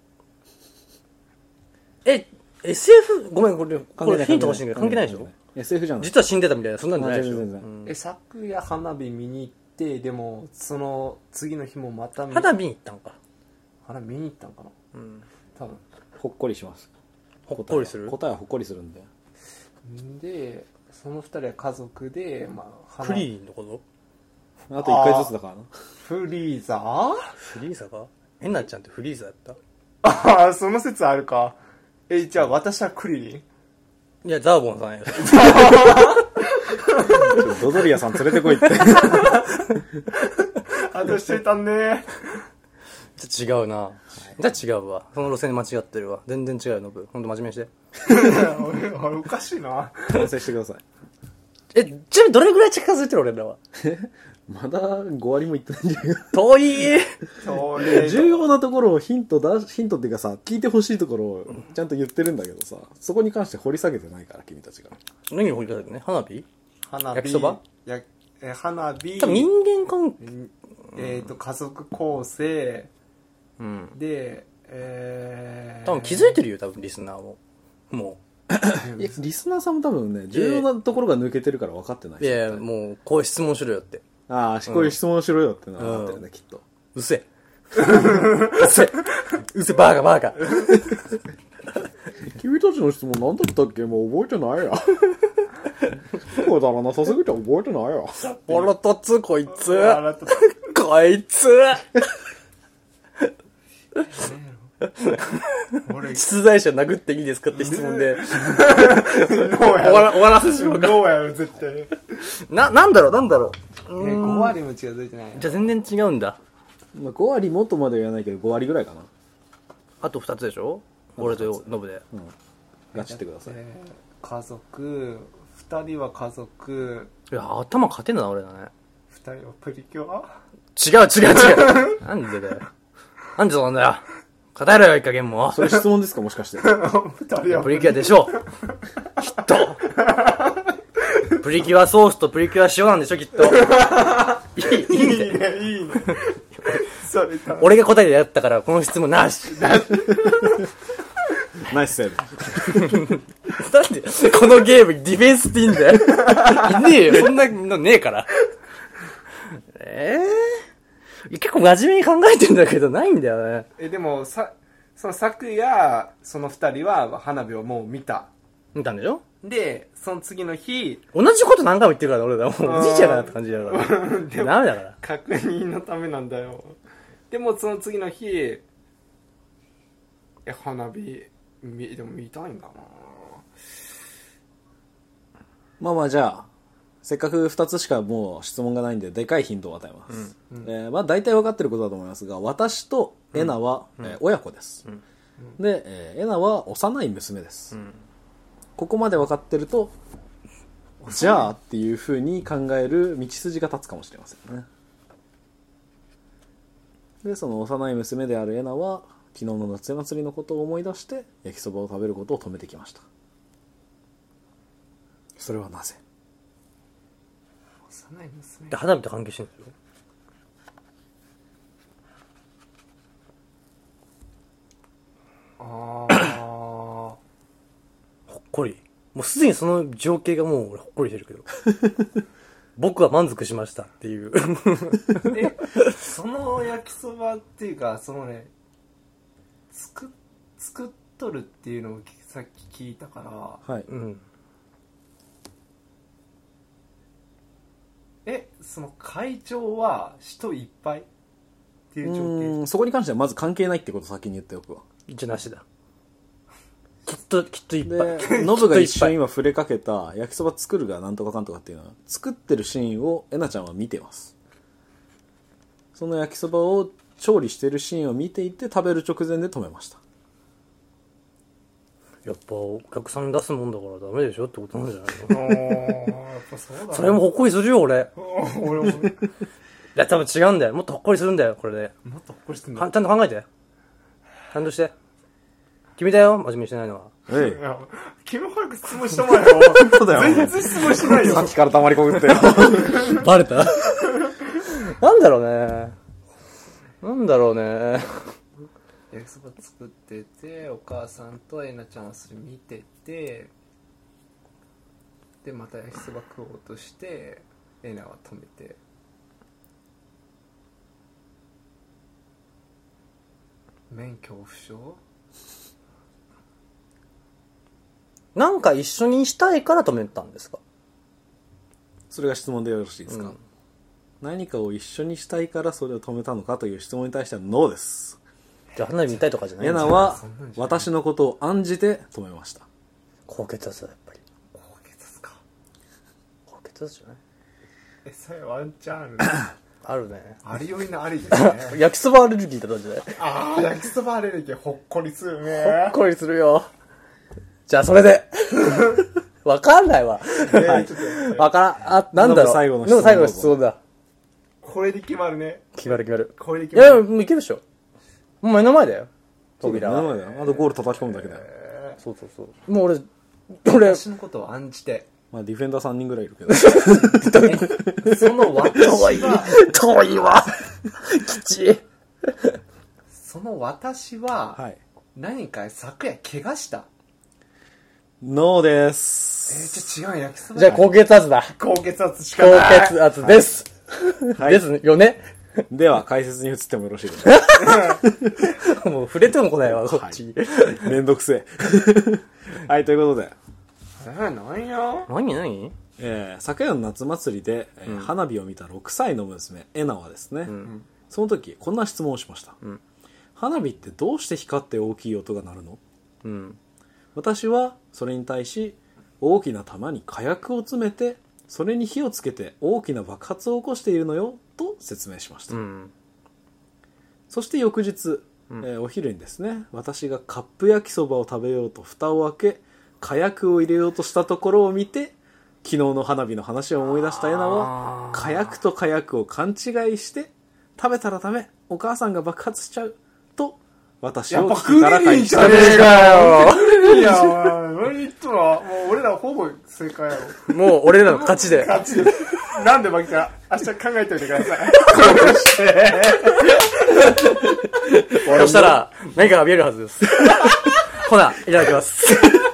え エスエフ ごめんこれこれヒント欲しいけど関係ないでしょエスエフ じゃない実は死んでたみたいなそんなんじゃないでしょ、うん、 え昨夜花火見に行ってでもその次の日もまた花火に行ったんか花火見に行ったんかなうん多分ほっこりしますほっこりする答えはほっこりするんででその二人は家族で、まあ、フリーのことあといっかいずつだからなフリーザーフリーザかえなちゃんってフリーザやったああその説あるかえじゃあ私はクリリンいやザーボンさんやドドリアさん連れてこいってあとしてたねじゃ違うな、はい、じゃ違うわその路線間違ってるわ全然違うよノブほんと真面目にして俺俺おかしいな反省してくださいえちなみにどれぐらい近づいてる俺らはまだご割もいってないんじゃないか遠い重要なところをヒントだヒントっていうかさ聞いてほしいところをちゃんと言ってるんだけどさそこに関して掘り下げてないから君たちが何を掘り下げてね花火花火焼きそばやえ花火多分人間関係えっ、ー、と家族構成、うん、でえー、 多分気づいてるよ多分リスナーももういやリスナーさんも多分ね重要なところが抜けてるから分かってない、 いやいやもうこういう質問しろよってああこういう質問しろよってのは分かってるね、うん、きっとうせうせうせバーカバーカ君たちの質問何だったっけもう覚えてないやくだらなさすぎて覚えてないや腹立つこいつこいつ出題者殴っていいですかって質問で終わら、終わらせしまうかどうやろ絶対な、なんだろうなんだろうえご割も近づいてないじゃあ全然違うんだ、 まあ、ご割もっとまでは言わないけどご割ぐらいかなあとふたつでしょ俺とノブで、うん、 ガチってください、 えー、家族ふたりは家族いや頭勝てんだな俺だねふたりはプリキュア違う違う違うなんでだよなんでそうなんだよ答えろよ、いい加減もう。 それ質問ですか、もしかして。 プリキュアでしょう。きっと。プリキュアソースとプリキュア塩なんでしょ、きっと。いい、いいね、いいね。俺が答えでやったから、この質問なし。 ナイスセーブ。 なんで、このゲームディフェンスっていいんだよ。いねえよ、そんなのねえから。えー、結構真面目に考えてんだけど、ないんだよね。 え、でも、さ、その昨夜、その二人は花火をもう見た。 見たんでしょ。 で、その次の日、 同じこと何回も言ってるから、俺だ。もうおじいちゃんかなって感じだから。ダメだから。 確認のためなんだよ。でも、その次の日、え、花火、み、でも見たいんだな。 まあまあ、じゃあ、せっかくふたつしかもう質問がないんで、でかいヒントを与えます。うんうん、えー、まあ大体分かってることだと思いますが、私とエナは、うん、えー、親子です。うんうん、で、えー、エナは幼い娘です。うん、ここまで分かってると、じゃあっていう風に考える道筋が立つかもしれませんね。で、その幼い娘であるエナは、昨日の夏祭りのことを思い出して、焼きそばを食べることを止めてきました。それはなぜ？ 幼い娘で花火と関係してるんですよ。 ああほっこり、もうすでにその情景がもう俺ほっこりしてるけど僕は満足しましたっていうえ、その焼きそばっていうか、そのね、作作っとるっていうのをさっき聞いたから、 はい、うん、 え、その会場は人いっぱいっていう状況。 うん、そこに関してはまず関係ないってことを先に言っておくわ。 じゃなしだ。きっときっといっぱい。 ノブが一瞬今触れかけた焼きそば作るがなんとかかんとかっていうのは、作ってるシーンをえなちゃんは見てます。その焼きそばを調理してるシーンを見ていて、食べる直前で止めました。 やっぱお客さん出すもんだからダメでしょってことなんじゃないの？ やっぱそうだね。 それもほっこりするよ俺。 俺も。いや多分違うんだよ。もっとほっこりするんだよこれで。 もっとほっこりするんだ。 ちゃんと考えて。ちゃんとして。君だよ真面目にしてないのは。 ええ。君早く質問したまえよ。 そうだよ。 全然質問しないよ。 さっきから溜まりこぐってよ。 バレた？なんだろうね。なんだろうね。 焼きそば作ってて、お母さんとえなちゃんはそれ見てて、でまた焼きそば食おうとしてえなは止めて、免許オフ症？ なんか一緒にしたいから止めたんですか？ それが質問でよろしいですか？うん、何かを一緒にしたいからそれを止めたのかという質問に対してはノーです。 じゃあ花火見たいとかじゃないんですか？エナは私のことを案じて止めました。 高血圧だやっぱり。 高血圧か。 高血圧じゃない？ え、それワンチャンあるね。 あるね。 ありよいのありですね。 焼きそばアレルギーだったんじゃない？ ああ、焼きそばアレルギーほっこりするね。 ほっこりするよ。じゃあそれで。わかんないわ。わからん。あ、なんだろう。 最後の質問。 最後の質問だ。 これで決まるね。 決まる決まる。 これで決まる。 いや、もういけるでしょ。もう目の前だよ。 扉は。目の前だよ。あとゴール叩き込むだけだよ。 えー、そうそうそう。もう俺、俺。 私のことを案じて。 まあディフェンダーさんにんぐらいいるけど。 その私は。 遠いわ。きち。 その私は、はい、何か昨夜怪我した？ ノーです。 えー、じゃあ違う焼きそば。 じゃあ高血圧だ。 高血圧しかない。 高血圧です。はい、ですよね。 では解説に移ってもよろしいですか？ もう触れても来ないわ、こっち。 はい、めんどくせえ。はい、ということで。 えー、何や何何えー、昨夜の夏祭りで、えーうん、花火を見たろくさいの娘、エナはですね、うん、その時こんな質問をしました。うん、花火ってどうして光って大きい音が鳴るの？うん、私はそれに対し、大きな玉に火薬を詰めて、それに火をつけて大きな爆発を起こしているのよと説明しました。うん、そして翌日、うん、えー、お昼にですね、私がカップ焼きそばを食べようと蓋を開け、火薬を入れようとしたところを見て、昨日の花火の話を思い出したエナは、火薬と火薬を勘違いして、食べたらダメ、お母さんが爆発しちゃうと私を聞くから返してくれかよ。いや、俺いつも、もう俺らほぼ正解やろ。 もう俺らの勝ちで。 勝ちです。なんで負けた明日考えておいてください。 そしたら、何かが見えるはずです。ほな、いただきます。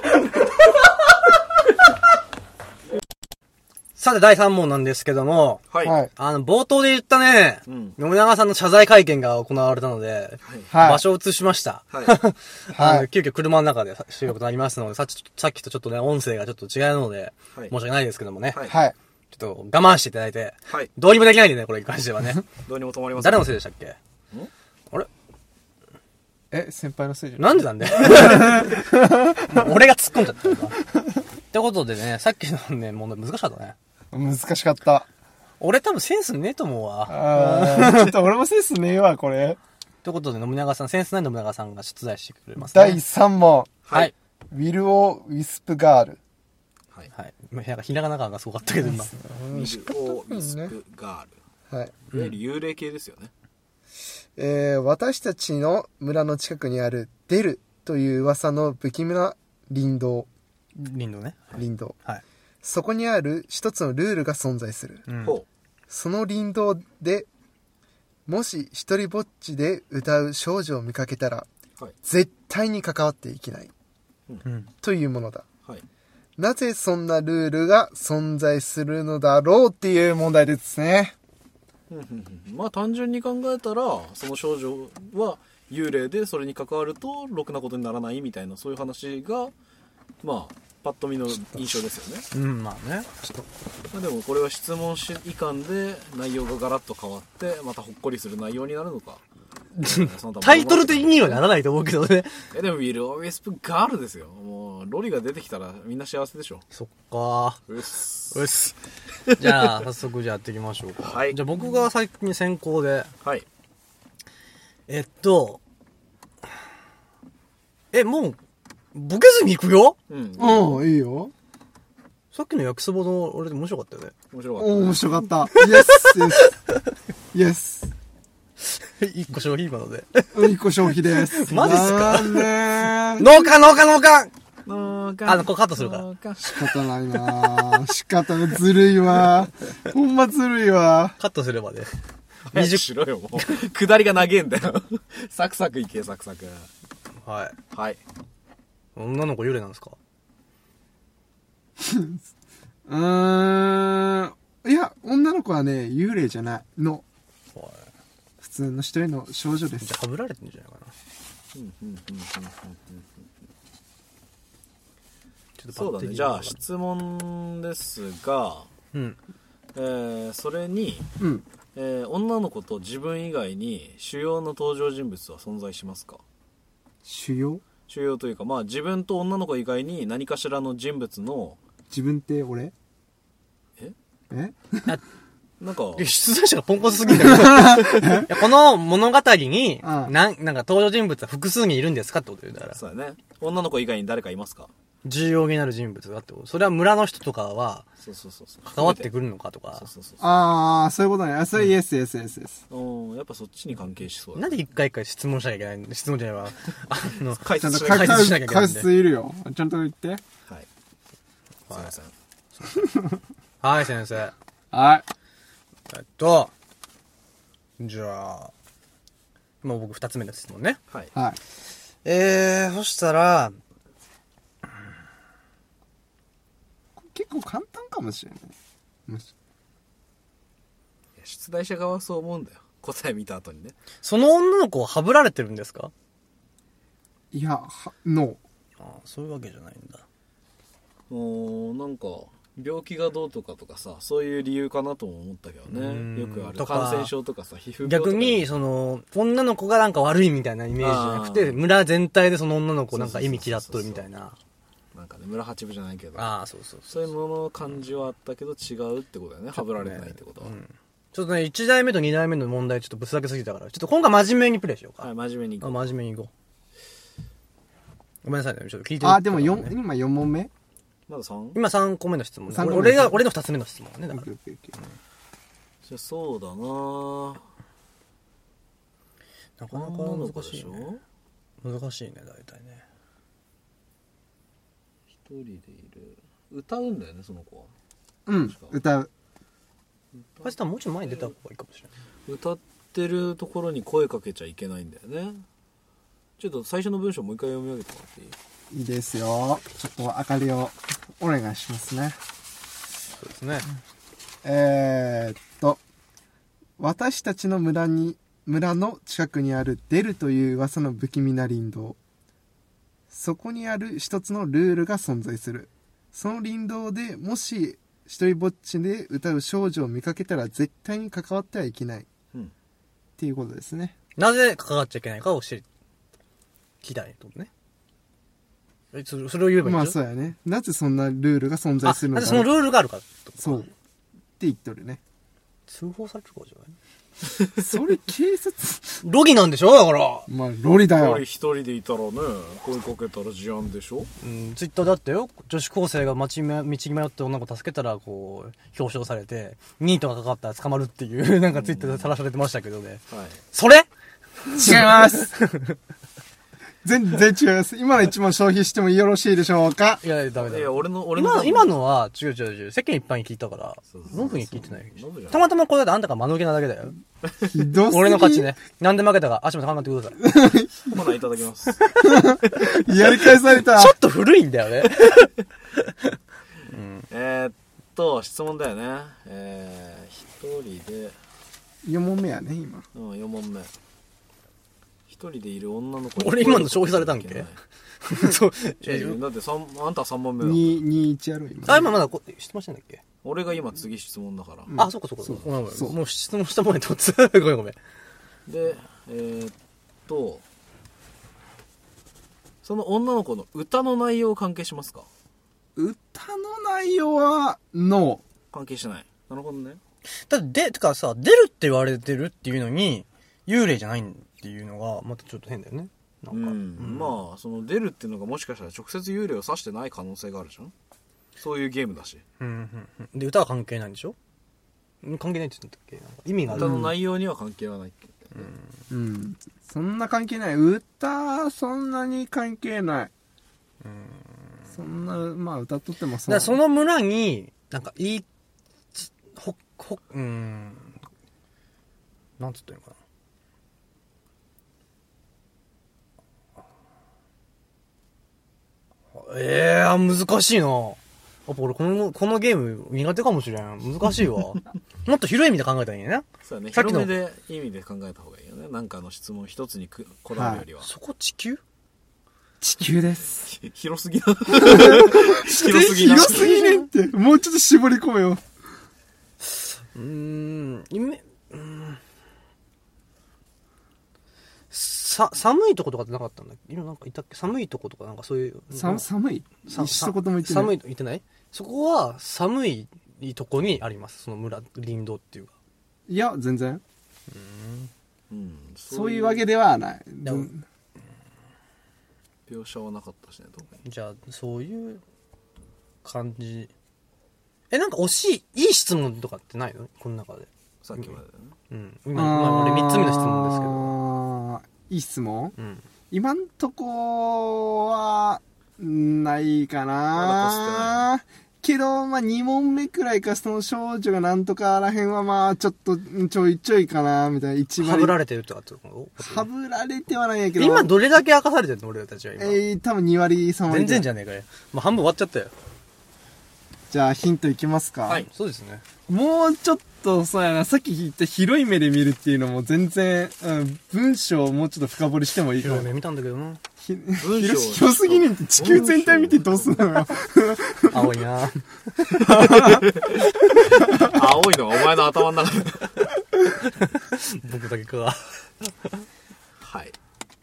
さて、だいさん問なんですけども、 はい。 あの、冒頭で言ったね、うん、信長さんの謝罪会見が行われたので、はい、場所を移しました。はい。あの、急遽車の中で収録となりますので、さっき、さっきとちょっとね、音声がちょっと違うので、はい、申し訳ないですけどもね。はい。ちょっと我慢していただいて、はい。どうにもできないんでね、これに関してはね。 どうにも止まりません。 誰のせいでしたっけ？ん？あれ？ え、先輩のせいじゃなんでなんで俺が突っ込んじゃったよな。ってことでね、さっきのね、問題難しかったね。 難しかった。 俺多分センスねえと思うわ。 あちょっと俺もセンスねえわ、これ。 ということで、信長さん、センスない信長さんが出題してくれますね。だいさん問。 はい。 ウィルオ・ウィスプガール。 はい。はい。なんかひらがな感がすごかったけど、今。 ウィルオ・ウィスプガール。はい。いわゆる幽霊系ですよね。 えー、私たちの村の近くにあるデルという噂の不気味な林道。 林道ね。 林道。 はい。 そこにある一つのルールが存在する。 うん、 その林道で、もし一人ぼっちで歌う少女を見かけたら、はい、絶対に関わっていけない。うん、というものだ、はい。なぜそんなルールが存在するのだろうっていう問題ですね。 まあ単純に考えたら、その少女は幽霊でそれに関わるとろくなことにならないみたいな、そういう話が、まあ、パッと見の印象ですよね。うん、まあね。 ちょっと。まあ、でもこれは質問しいかんで内容がガラッと変わって、またほっこりする内容になるのか。 タイトル的にはならないと思うけどね。 え、でもウィル・オ・ウィスプ・ガールですよ。もう、ロリが出てきたらみんな幸せでしょ。 そっかー。うっす。 うっす。じゃあ、早速じゃあやっていきましょうか。はい。じゃあ僕が先に先行で。 はい。 えっと、え、もう、ボケずに行くよ。 うん。うん、いいよ。 さっきの焼きそばの俺で面白かったよね。 面白かった、ね。 面白かった。イエス、イエス。イエス。 一個消費今ので。 一個消費です。 マジっすか？農家農家農家農家あの、これカットするから。 仕方ないな仕方がずるいわ。ほんまずるいわ。 カットすればね。 早くしろよ、もう。下りが長えんだよ。サクサクいけ、サクサク。 はい。 はい。 女の子幽霊なんですか？ うーん。いや、女の子はね、幽霊じゃないの。普通の一人の少女です。 じゃあ、はぶられてるんじゃないかな。 そうだね。じゃあ、質問ですが、 うん。 えー、それに、 うん。 えー、女の子と自分以外に主要の登場人物は存在しますか？ 主要？ 主要というか、まあ自分と女の子以外に何かしらの人物の。 自分って俺？ え？ え？ なんか出題者がポンコツすぎるんだけどこの物語に、うん、なん、なんか登場人物は複数人いるんですかってこと言うから。 そうだね。女の子以外に誰かいますか？ 重要になる人物がってこと。それは村の人とかは、 そうそうそうそう。 関わってくるのかとか。 そうそうそう。 ああ、そういうことね。あ、それ、イエス、イエス、イエス、イエス。 うん、やっぱそっちに関係しそうだ。 なんで一回一回質問しなきゃいけない質問じゃないわ。あの、 解説しなきゃいけない。解説、解説いるよ。ちゃんと言って。はい。 すいません。 はい、先生。 はい。 えっと、じゃあ、もう僕二つ目の質問ね。 はい。 はい。 えー、そしたら、 結構簡単かもしれない。もし出題者側はそう思うんだよ。答え見た後にね。 その女の子ははぶられてるんですか？ いや、は、ノー。ああ、そういうわけじゃないんだ。 もう、なんか、病気がどうとかとかさ、そういう理由かなとも思ったけどね。よくある感染症とかさ、皮膚病とか。 逆に、その、女の子がなんか悪いみたいなイメージじゃなくて、村全体でその女の子なんか意味嫌っとるみたいな。 なんかね、村八分じゃないけど。 ああ、そうそうそう。そういうものの感じはあったけど違うってことだよね。はぶられてないってことは。うん。 ちょっとね、いちだいめとにだいめの問題ちょっとぶつだけすぎたから、ちょっと今回真面目にプレイしようか。 はい、真面目にいこう。 あ、真面目にいこう。ごめんなさいね、ちょっと聞いてる。あ、でもよん、今よん問目？ まだ さん？ 今さんこめの質問ね。俺が、俺のふたつめの質問ね。だから。じゃあそうだななかなか難しい、ね。 難しいね大体ね。 一人でいる歌うんだよねその子は。 うん歌う。 あいつはもうちょっと前に出た方がいいかもしれない。 歌ってるところに声かけちゃいけないんだよね。ちょっと最初の文章もう一回読み上げてもらっていい？ いいですよ。ちょっと明かりをお願いしますね。 そうですね。 えー、っと私たちの村に村の近くにあるデルという噂の不気味な林道。そこにある一つのルールが存在する。その林道でもし一人ぼっちで歌う少女を見かけたら絶対に関わってはいけない、うん、っていうことですね。 なぜ関わっちゃいけないかを知り聞きたいってことね。えそれを言えばいいんでしょ。 まあそうやね。なぜそんなルールが存在するのか。 なぜそのルールがあるか。 そうって言っとるね。 通報されるかじゃないそれ警察ロギなんでしょだから。 まあロリだよ。 一人でいたらね声かけたら事案でしょ。 うんツイッターだってよ。女子高生が街道に迷って女の子助けたらこう表彰されてニートがかかったら捕まるっていうなんかツイッターでさらされてましたけどね、うんはい、それ違います全然違います。今の一問消費してもよろしいでしょうか。 いやダメだ。 いや俺の俺の今の今のは違う違う違う世間一般に聞いたからノブに聞いてない。たまたまこれだってあんたが間抜けなだけだよ。 ひどすぎ。 俺の勝ちね。なんで負けたか足元考えてください。 まだいただきます。 やり返された。 ちょっと古いんだよね。 うん、えー、っと質問だよね。えー、一人でよん問目やね今。 うんよん問目。一人でいる女の子。 俺今の消費されたんけそう。 だって三あんたさん問目だ。 に、に、いちやろ今。 あ、今まだ質問してんだっけ。 俺が今次質問だから。 うん、あ、そっかそっか。そうごめんごめん。もう質問したもんねと思って。ごめんごめん。 で、えー、っと、その女の子の歌の内容関係しますか？ 歌の内容は、ノー。関係しない。なるほどね。 だって、で、てかさ、出るって言われてるっていうのに、幽霊じゃないっていうのが、またちょっと変だよね。なんか。うん。 うん、まあ、その出るっていうのがもしかしたら直接幽霊を指してない可能性があるじゃん。そういうゲームだし。 うんうんうん。で、歌は関係ないんでしょ？関係ないって言ったっけ？なんか意味がある。 歌の内容には関係はないって、 うん。うん。そんな関係ない。歌、そんなに関係ない。うん。そんな、まあ歌っとってもそう。だからその村に、なんかいい、ほ、ほ、うん。なんつったらいいのかな。ええー、難しいな。やっぱ俺この、このゲーム苦手かもしれん。難しいわ。もっと広い意味で考えたらいいね。 そうだね。広めで意味で考えた方がいいよね。なんかの質問一つにくこだわるよりは。はい、 そこ地球？ 地球です。 広すぎな。広すぎな。 広すぎねって。もうちょっと絞り込めよ。 うーん、夢、うーん。さ、寒いとことかってなかったんだっけ？今なんかいたっけ？寒いとことかなんかそういう。 さ、寒い？ さ一言も言ってない。 寒いと言ってない？そこは寒いとこにあります。その村、林道っていうか。 いや、全然。 うん。 そういうわけではない。うん、 描写はなかったしね、特に。 じゃあ、そういう感じ。え、なんか惜しい、いい質問とかってないの？この中で。 さっきまでだね。 うん。今、今俺みっつめの質問ですけど。 いい質問？ うん。 今んとこは、ないかな、まだけど、まあ、に問目くらいか、その少女がなんとからへんは、まあ、ちょっと、ちょいちょいかな、みたいな、一番。 はぶられてるってこと？ はぶられてはないんやけど。 今どれだけ明かされてるの俺たちは今。 えー、多分に割さん割。 全然じゃねえかよ。もう半分終わっちゃったよ。 じゃあ、ヒントいきますか？ はい、そうですね。 もうちょっと、そうやな、さっき言った広い目で見るっていうのも全然、うん、文章をもうちょっと深掘りしてもいいかも。 広い目見たんだけどな。 文章広すぎねんって地球全体見てどうすんのよ。 青いな青いのはお前の頭の中で。 僕だけか。 はい。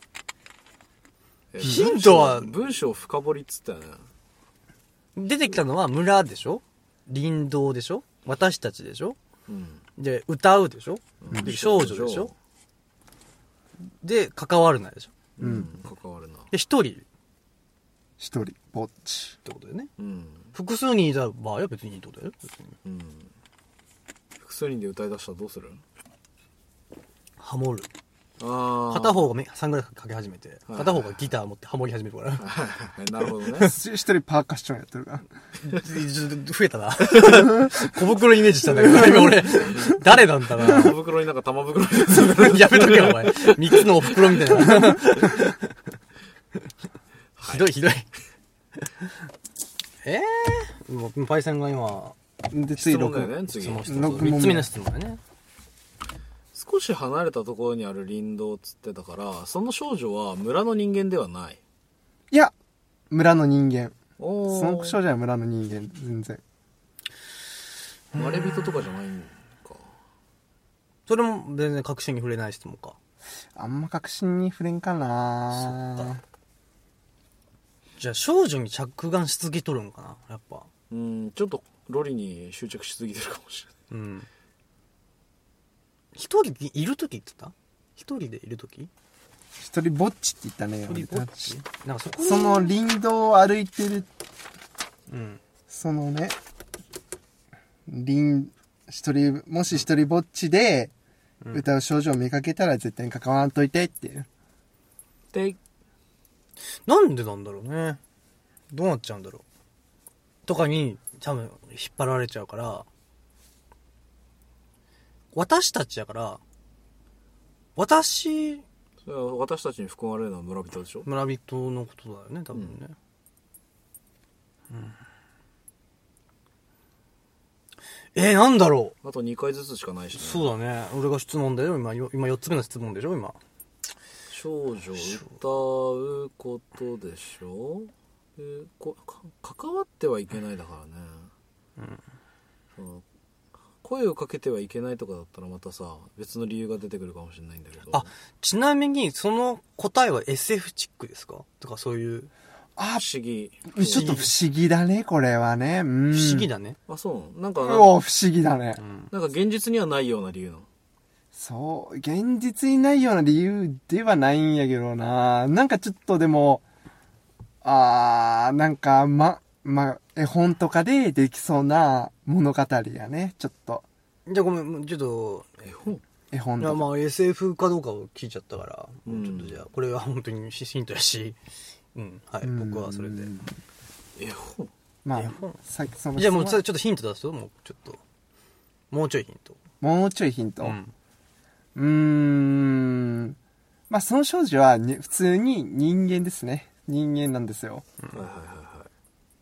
ヒントは、 文章深掘りっつったよね。 出てきたのは村でしょ？林道でしょ？私たちでしょ？うん、で、歌うでしょ？うん、で、少女でしょ？で、関わるなでしょ？ うん。関わるな。 で、一人。 一人。ぼっち。 ってことだよね。 うん。 複数人いた場合は別にいいってことだよ。別に。 うん。複数人で歌い出したらどうする？ ハモる。 あ片方がメサングラスかけ始めて、片方がギター持ってハモり始めるから。 なるほどね。 一人パーカッションやってるから。 増えたな。小袋イメージしたんだけど、今俺、誰なんだな。 小袋になんか玉袋にやめとけよ、お前。三つのお袋みたいな。ひどいひどい。えぇ、ー、もう、パイセンが今、 で、次ろく問だよね、次。 みっつめの質問だね。 少し離れたところにある林道っつってたから、その少女は村の人間ではない。 いや、村の人間。 おー。 その少女は村の人間、全然。 まれびととかじゃないんか。 それも全然確信に触れない質問か。 あんま確信に触れんかな。 そっか。じゃあ少女に着眼しすぎとるんかな、やっぱ。 うん、ちょっとロリに執着しすぎてるかもしれない。 うん。一人いるときって言った？一人でいるとき？ 一人ぼっちって言ったね。 一人ぼっち？なんかそこにその林道を歩いてる、 うん。 そのね、林、一人、もし一人ぼっちで歌う少女を見かけたら絶対に関わらんといてっていう。 で、 なんでなんだろうね。どうなっちゃうんだろう。とかに多分引っ張られちゃうから、私たちやから、私、 それは私たちに含まれるのは村人でしょ？ 村人のことだよね、多分ね。うん。うん、えー、なんだろう。 あとにかいずつしかないしね。 そうだね。俺が質問だよ。今、今よっつめの質問でしょ、今。 少女歌うことでしょ？えー、こか関わってはいけないだからね。うん。その声をかけてはいけないとかだったらまたさ、別の理由が出てくるかもしれないんだけど。 あ、ちなみにその答えは エスエフ チックですか？とかそういう。 あ、 不思議。 ちょっと不思議だね、これはね。うん。 不思議だね。 あ、そうなんか、 お不思議だね、 うん。 なんか現実にはないような理由なの。 そう、現実にないような理由ではないんやけどな。なんかちょっとでも、あー、なんか、ま、ま、絵本とかでできそうな物語やね、ちょっと。 じゃあごめん、ちょっと、 絵本絵本とか。 いや、まあ エスエフ かどうかを聞いちゃったから、 うん、 ちょっとじゃあ、これは本当にヒントやし、うん、はい、僕はそれで。 絵本まあ、 絵本さっきその。 じゃあもうちょっとヒント出すと、もうちょっと。もうちょいヒント。 もうちょいヒント。 うん。 うーん。まあ、その少女は、ね、普通に人間ですね。人間なんですよ。 はいはいはいはい。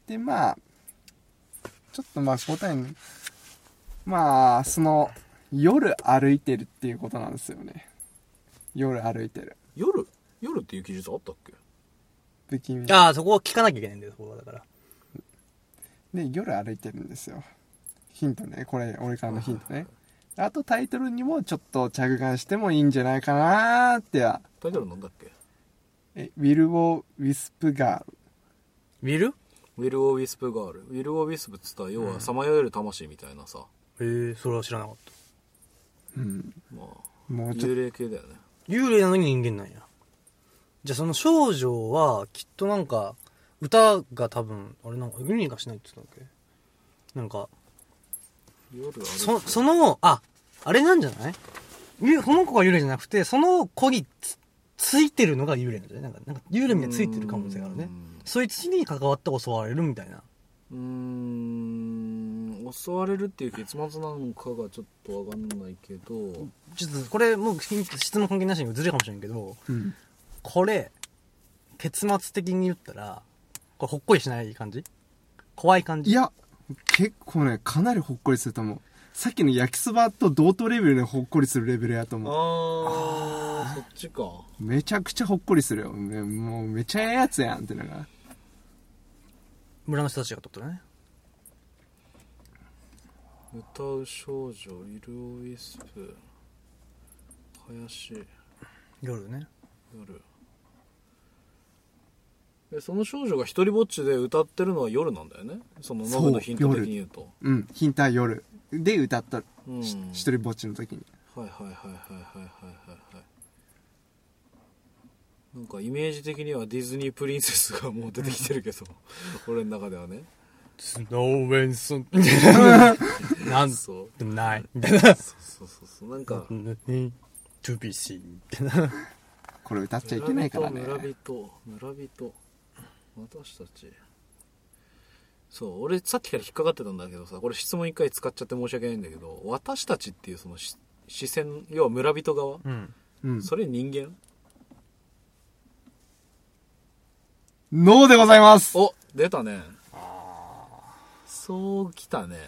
で、まあ、ちょっとまあ答えに、まあ、その、夜歩いてるっていうことなんですよね。夜歩いてる。 夜夜っていう記述あったっけ？ 不気味。 ああ、そこは聞かなきゃいけないんだよ、そこはだから。 で、夜歩いてるんですよ。ヒントね。これ、俺からのヒントね。あとタイトルにもちょっと着眼してもいいんじゃないかなーっては。 タイトルなんだっけ？ え、ウィル・オー・ウィスプ・ガール。 ウィル？ ウィル・オー・ウィスプ・ガール。ウィル・オー・ウィスプっつったら、要は、さまよえる魂みたいなさ。 へえー、それは知らなかった。 うん。 まあ、 もうちょっ幽霊系だよね。 幽霊なのに人間なんや。じゃあその少女は、きっとなんか、歌が多分、あれなんか、何かしないって言ってたっけ？なんか、 夜歩いてるそ、その、あ、あれなんじゃない？ゆその子が幽霊じゃなくて、その子につ、ついてるのが幽霊なんじゃない？なんか、なんか幽霊みたいについてる可能性があるね。そいつに関わって襲われるみたいな。 うーん、襲われるっていう結末なのかがちょっとわかんないけど、 ちょっと、これ、もう質問関係なしにずるいかもしれんけど、 うん。 これ、結末的に言ったら、これほっこりしない感じ？怖い感じ？ いや、結構ね、かなりほっこりすると思う。さっきの焼きそばと同等レベルでほっこりするレベルやと思う。 あー、そっちか。 めちゃくちゃほっこりするよ。ね、もうめちゃええやつやんってのが。 村の人たちが撮ったね。 歌う少女、イルオウィスプ、林、 夜ね。 夜。でその少女が一人ぼっちで歌ってるのは夜なんだよね。そのノブのヒント的に言うと。 うん、ヒントは夜で歌ったる、 うん、 一人ぼっちの時に。 はいはいはいはいはいはいはいはい。なんかイメージ的にはディズニープリンセスがもう出てきてるけど俺の中ではね、 スノーウェンソンなんそうでもないみたいな。 そうそうそうそう、なんかトゥービーシー ってな。 これ歌っちゃいけないからね。 村人、村人、私たち。そう、俺さっきから引っかかってたんだけどさ、これ質問一回使っちゃって申し訳ないんだけど、私たちっていうその視線、要は村人側、 うんうん、 それ人間？ ノーでございます。 お、出たね。そうきたね。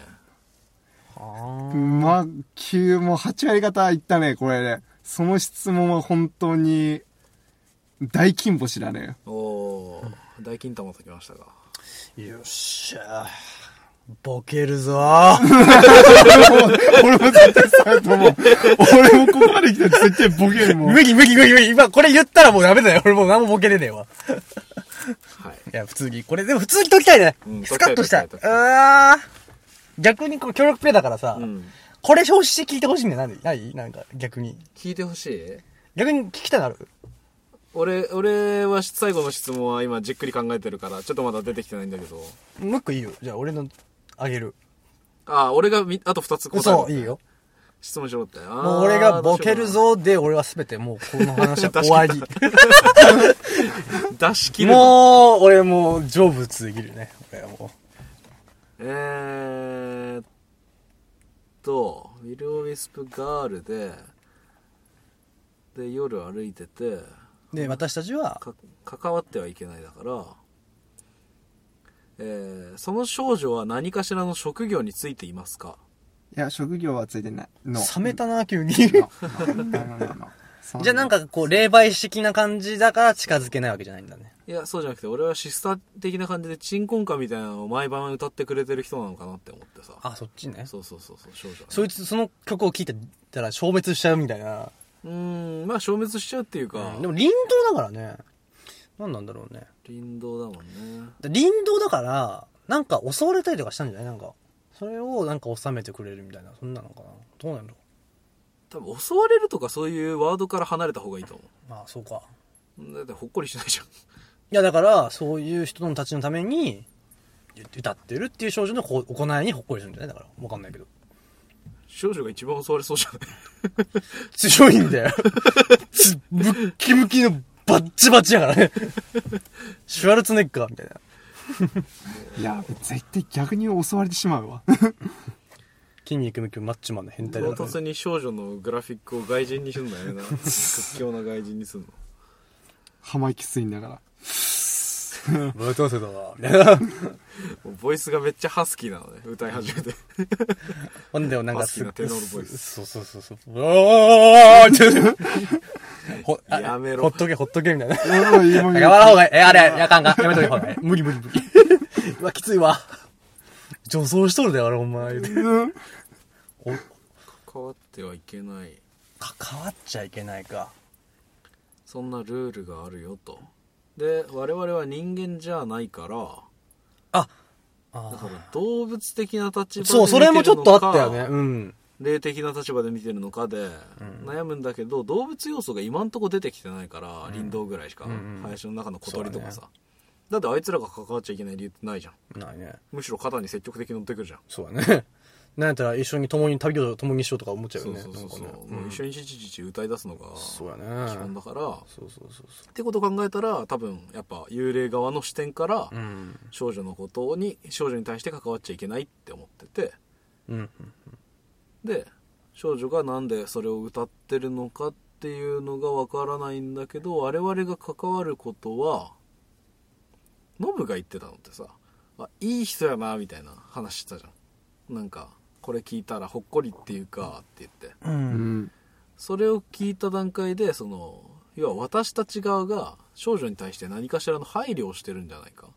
まあ、きゅうもはち割方いったね、これね。その質問は本当に大金星だね。 おー、大金玉ときましたが。 よっしゃボケるぞー俺も絶対そうやと思う。俺もここまで来たら絶対ボケるもん。 無理無理無理無理。今これ言ったらもうダメだよ。俺もう何もボケれねえわ。はい。いや、普通に。これでも普通に解きたいね。うん、スカッとしたい。うわー。逆にこう協力プレイだからさ、うん、これ表紙して聞いてほしいんだよ。なんでないなんか逆に。 聞いてほしい？ 逆に聞きたいなる？ 俺、俺は最後の質問は今じっくり考えてるから、ちょっとまだ出てきてないんだけど。 もう一個いいよ。じゃあ俺のあげる。 ああ、俺がみあと二つ答える。 そう、いいよ。 質問しろって。あもう俺がボケるぞで、俺はすべてもうこの話は終わり。 出し切る。 もう、俺もう成仏できるね。俺はもう。 えーっと、ウィル・オ・ウィスプ・ガールで、で、夜歩いてて、 で、私たちは、 関わってはいけないだから、えー、その少女は何かしらの職業についていますか？ いや、職業はついてない。 冷めたな、急に。じゃあなんかこう、霊媒師的な感じだから近づけないわけじゃないんだね。 いや、そうじゃなくて、俺はシスター的な感じで、チンコンカみたいなのを毎晩歌ってくれてる人なのかなって思ってさ。 あ、そっちね。 そうそうそうそう、少女、ね。 そいつ、その曲を聴いてたら消滅しちゃうみたいな。 うーん、まあ消滅しちゃうっていうか。 うん、でも林道だからね。何なんだろうね。 林道だもんね。 林道だから、なんか襲われたりとかしたんじゃないなんか。それをなんか収めてくれるみたいな。そんなのかな。どうなんだろう。 多分襲われるとかそういうワードから離れた方がいいと思う。 まあ、そうか。 だってほっこりしないじゃん。いや、だから、そういう人たちのために、歌ってるっていう少女の行いにほっこりするんじゃないだから。わかんないけど。 少女が一番襲われそうじゃない強いんだよ。ムッキムキのバッチバチやからね。シュワルツェネッガーみたいな。 いや、絶対逆に襲われてしまうわ。 筋肉ムキマッチマンの変態だから、ね。唐突に少女のグラフィックを外人にするんだよな。屈強な外人にするの。 浜きついんだから。 待たせたわ。みたいな。 ボイスがめっちゃハスキーなのね。歌い始めて。 ほんでもなんかハスキーなテノールボイス。 そうそうそうそう。おーってほやめろ。 ほっとけほっとけみたいな。 やめた方がいい。え、あれ、やかんか。やめとけ方がいい。無理無理無理。うわ、きついわ。女装しとるで、あれ、お前。関わってはいけない。 関わっちゃいけないか。 そんなルールがあるよと。で、我々は人間じゃないから、 あ、 あだから動物的な立場で見てるのか、 そう、それもちょっとあったよね。うん。 霊的な立場で見てるのかで、うん、悩むんだけど、動物要素が今んとこ出てきてないから、うん、林道ぐらいしか、うん、林の中の小鳥とかさ、ね。だってあいつらが関わっちゃいけない理由ってないじゃん。 ないね。 むしろ肩に積極的に乗ってくるじゃん。 そうだね。なんやったら一緒に共に旅を共にしようとか思っちゃうよね。 そうそうそうそう、ねうん、もう一緒にちちちち歌い出すのがそうやね基本だから、 そうそうそうそうってことを考えたら多分やっぱ幽霊側の視点から、うん、少女のことに少女に対して関わっちゃいけないって思ってて、うん、で少女がなんでそれを歌ってるのかっていうのがわからないんだけど、我々が関わることはノブが言ってたのってさ、あいい人やなみたいな話してたじゃん。なんかこれ聞いたらほっこりっていうかって言って、うん、それを聞いた段階でその要は私たち側が少女に対して何かしらの配慮をしてるんじゃないか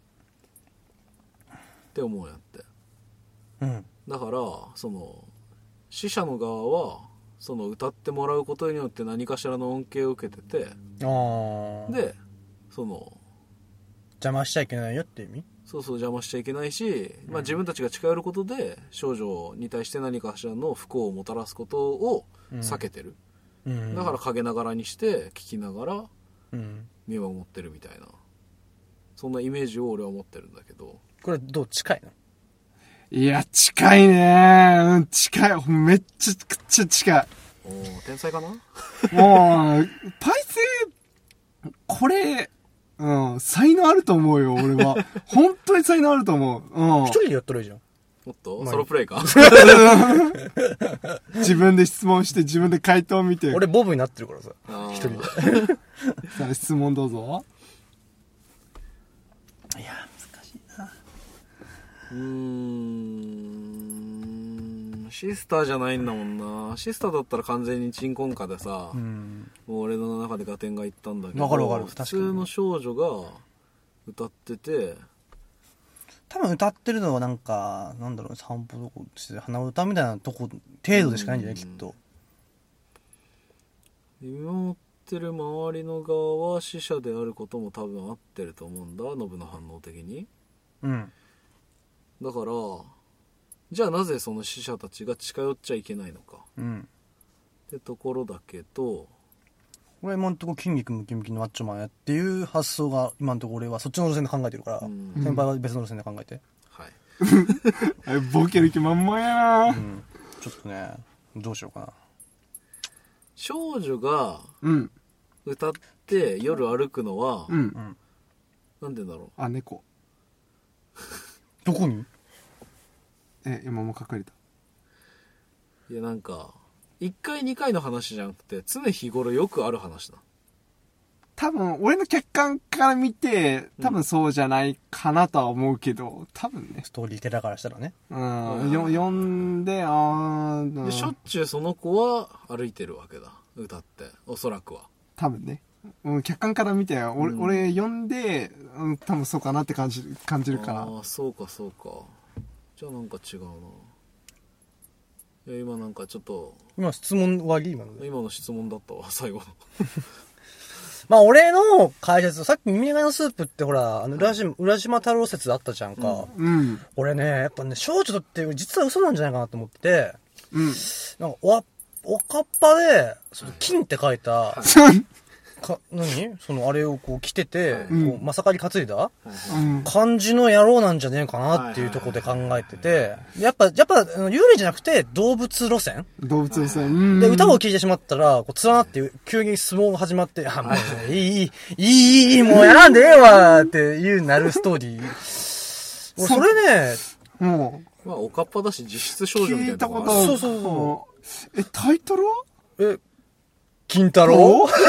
って思うやって、うん、だからその死者の側はその歌ってもらうことによって何かしらの恩恵を受けてて、あでその邪魔しちゃいけないよって意味？ そうそう邪魔しちゃいけないし、まあ、自分たちが近寄ることで少女に対して何かしらの不幸をもたらすことを避けてる、うん、だから陰ながらにして聞きながら見守ってるみたいな、そんなイメージを俺は持ってるんだけど、 これどう近いの？ いや近いね、近い、めっちゃくちゃ近い。 おお天才かな。 もうパイセンこれうん、才能あると思うよ、俺は。本当に才能あると思う。うん。 一人でやったらいいじゃん。 もっとソロプレイか自分で質問して自分で回答を見て。 俺ボブになってるからさ。一人で。 さあ質問どうぞ。 いや、難しいな。 うーん。シスターじゃないんだもんな。シスターだったら完全に鎮魂歌でさ、うん、もう俺の中で合点がいったんだけど、 わかるわかる。 普通の少女が歌ってて、 多分歌ってるのはなんかなんだろう、散歩とこして鼻歌みたいなとこ程度でしかないんじゃない、きっと。 見守ってる周りの側は死者であることも多分合ってると思うんだ、ノブの反応的に。 うん。 だからじゃあなぜその死者たちが近寄っちゃいけないのか、 うん、 ってところだけど、 俺今んとこ筋肉ムキムキのマッチョマンやっていう発想が今んとこ俺はそっちの路線で考えてるから、うん、先輩は別の路線で考えて、 はいボケる気満々やな、うん、 ちょっとねどうしようかな。 少女が歌って夜歩くのは、うん、なんでだろう。 あ、猫どこに？ え、今も隠れた。 いやなんかいっかいにかいの話じゃなくて常日頃よくある話だ。 多分俺の客観から見て多分そうじゃないかなとは思うけど、うん、多分ねストーリーテラーからしたらね、 うん、よ読んで、あーでしょっちゅうその子は歩いてるわけだ、歌っておそらくは多分ね、うん、客観から見て俺、うん、俺読んで、うん、多分そうかなって感じ感じるから。 ああそうかそうか。じゃあなんか違うな。いや今なんかちょっと今質問悪い今の今の質問だったわ最後のまあ俺の解説、さっき耳がのスープってほらあの浦島、浦島太郎説あったじゃんか、うん、俺ねやっぱね少女って実は嘘なんじゃないかなと思ってて、うん、なんかおおかっぱでその金って書いた、はいか何そのあれをこう着てて、はい、こうまさかり担いだ、はい、感じの野郎なんじゃねえかなっていうところで考えてて、やっぱやっぱ幽霊じゃなくて動物路線動物路線で歌を聴いてしまったらこう連なって急に相撲が始まってあもういいいいいいいいもうやらんでええわっていうなるストーリーそれねもうまあおかっぱだし実質少女みたいな聞いたことある。そうそうそうえタイトルはえ金太郎こ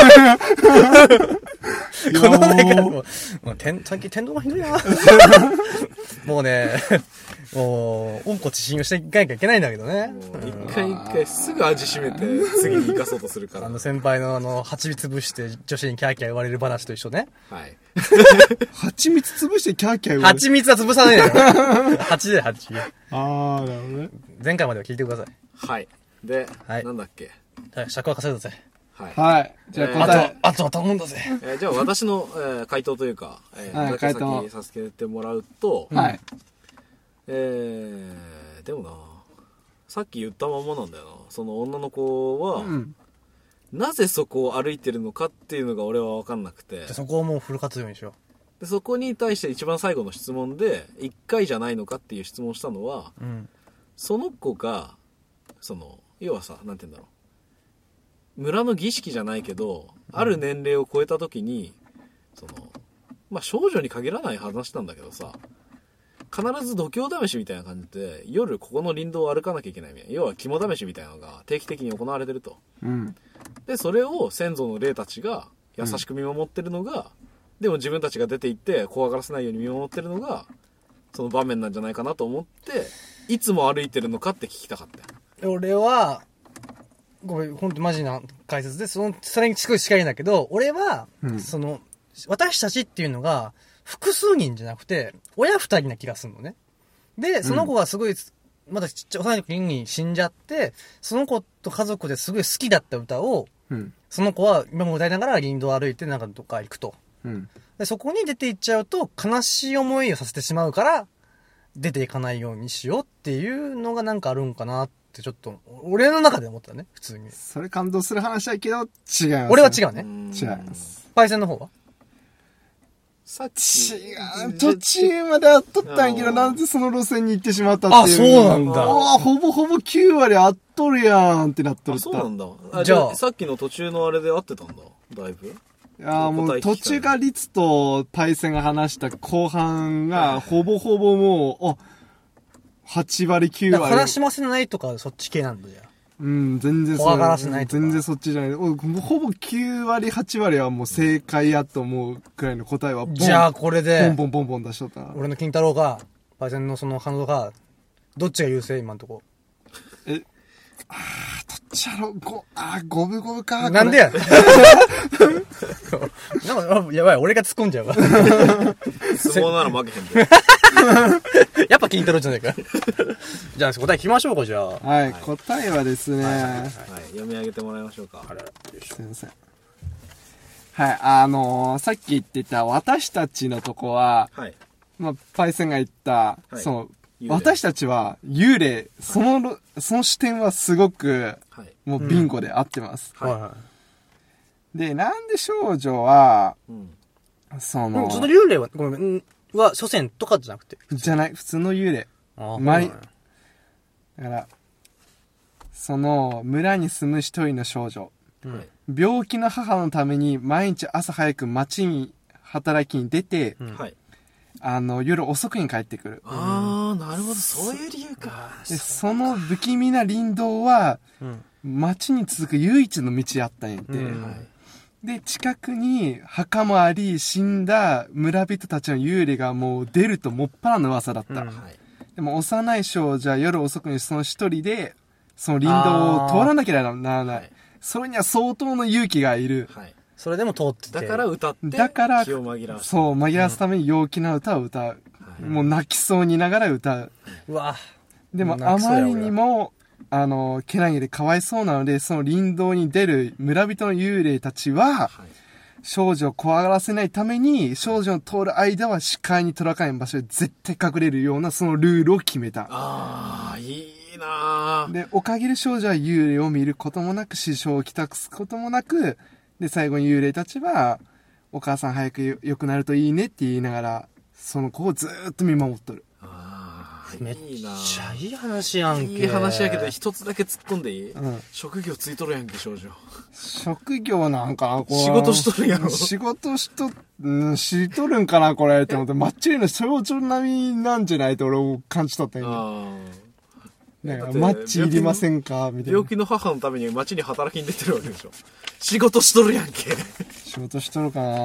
の中でもう、最近天童がひどいな。もうね、もう、温故知新をしていかなきゃいけないんだけどね。 一回一回すぐ味しめて、次に生かそうとするから。 あの先輩のあの、蜂蜜潰して女子にキャーキャー言われる話と一緒ね。 はい。 蜂蜜潰してキャーキャー言われる。 蜂蜜は潰さねえよ。蜂で蜂。 あー、なるほどね。 前回までは聞いてください。 はい。で、はい、なんだっけ。 尺は稼いだぜ。 はい。はい。じゃあ答え。 あと、あとは頼んだぜ。 えー、じゃあ私の、えー、回答というか、えー、はい、回答させてもらうと、 はい。 えー、でもな、さっき言ったままなんだよな。その女の子は、うん、なぜそこを歩いてるのかっていうのが俺は分かんなくて。 じゃそこをもうフル活用にしよう。でそこに対して一番最後の質問で、いっかいじゃないのかっていう質問をしたのは、うん、その子が、その、要はさ、なんて言うんだろう。村の儀式じゃないけど、ある年齢を超えた時に、その、まあ、少女に限らない話なんだけどさ、必ず度胸試しみたいな感じで、夜ここの林道を歩かなきゃいけないみたいな。要は肝試しみたいなのが定期的に行われてると。うん、で、それを先祖の霊たちが優しく見守ってるのが、うん、でも自分たちが出て行って怖がらせないように見守ってるのが、その場面なんじゃないかなと思って、いつも歩いてるのかって聞きたかった。 俺は、ごめん、ほんとマジな解説で、その、それにすごい近いんだけど、俺は、うん、その、私たちっていうのが、複数人じゃなくて、親二人な気がするのね。で、その子がすごい、うん、まだちっちゃい幼い時に死んじゃって、その子と家族ですごい好きだった歌を、うん、その子は今も歌いながら林道を歩いてなんかどっか行くと。うん、でそこに出て行っちゃうと、悲しい思いをさせてしまうから、出ていかないようにしようっていうのがなんかあるんかなってちょっと俺の中で思ったね普通に。 それ感動する話だけど違います、ね、 俺は違うね。 違います。 パイセンの方はさっき違う途中まであっとったんやけどなんでその路線に行ってしまったっていう。 あそうなんだ。 あほぼほぼきゅう割合っとるやんってなっとるあ、そうなんだ。 じゃあさっきの途中のあれで合ってたんだ。だいぶ。 いやもう途中がリツとパイセンが話した後半がほぼほぼもう、あ、はち割きゅう割。 話しませないとかそっち系なんだじゃうん、全然怖がらせないとか全然そっちじゃない。おほぼきゅう割、はち割はもう正解やと思うくらいの答えはボン。 じゃあこれで、 ポンポンポンポン出しとったな。 俺の金太郎が、パイセンのその彼女が、どっちが優勢今んとこ。 え、あー、どっちやろご、あー、五分五分か。 なんでやなんか、やばい、俺が突っ込んじゃうわ。 相撲なら負けへんで。 やっぱ金太郎じゃないか。じゃあ答え聞きましょうか、じゃあ。 はい、答えはですね、 はい、読み上げてもらいましょうか。 すいません。はい、あのー、さっき言ってた私たちのとこは、 はい。 まあ、パイセンが言った、はい、その、 幽霊私たちは幽霊、その、はい、その視点はすごく、はい、もうビンゴで合ってます。 うん、はいはい。 で、なんで少女は、うん、その、 その幽霊は、ごめん、は、祖先とかじゃなくてじゃない、普通の幽霊。 ああ、 毎、だから、その、村に住む一人の少女。うん、病気の母のために毎日朝早く町に働きに出て、うん、あの、夜遅くに帰ってくる。 ああ、なるほど、そういう理由か。 で、その不気味な林道は、うん、町に続く唯一の道やったんやって。うんはい、で、近くに墓もあり、死んだ村人たちの幽霊がもう出るともっぱらの噂だった。うんはい、でも幼い少女は夜遅くにその一人で、その林道を通らなければならない。それには相当の勇気がいる。はい、 それでも通ってて。 だから歌って、 だから気を紛らわす。 そう、紛らわすために陽気な歌を歌う。うん、もう泣きそうにながら歌う。 うわでもあまりにも、あの、けなげでかわいそうなので、その林道に出る村人の幽霊たちは、はい、少女を怖がらせないために、少女の通る間は視界に届かない場所で絶対隠れるような、そのルールを決めた。 ああ、いい。いいなで、おかげで少女は幽霊を見ることもなく、支障をきたすこともなく、で、最後に幽霊たちは、お母さん早く良くなるといいねって言いながら、その子をずーっと見守っとる。 ああ、めっちゃいい話やんけ。 いい話やけど、一つだけ突っ込んでいい、うん、職業ついとるやんけ、少女。 職業なんかなこれ。 仕事しとるやろ。 仕事しと、うん、しとるんかなこれって思って、マッチリの少女並みなんじゃないと俺を感じとったんや。なんかマッチいりませんかみたいな。 病気の母のために街に働きに出てるわけでしょ。仕事しとるやんけ。 仕事しとるかな、うん、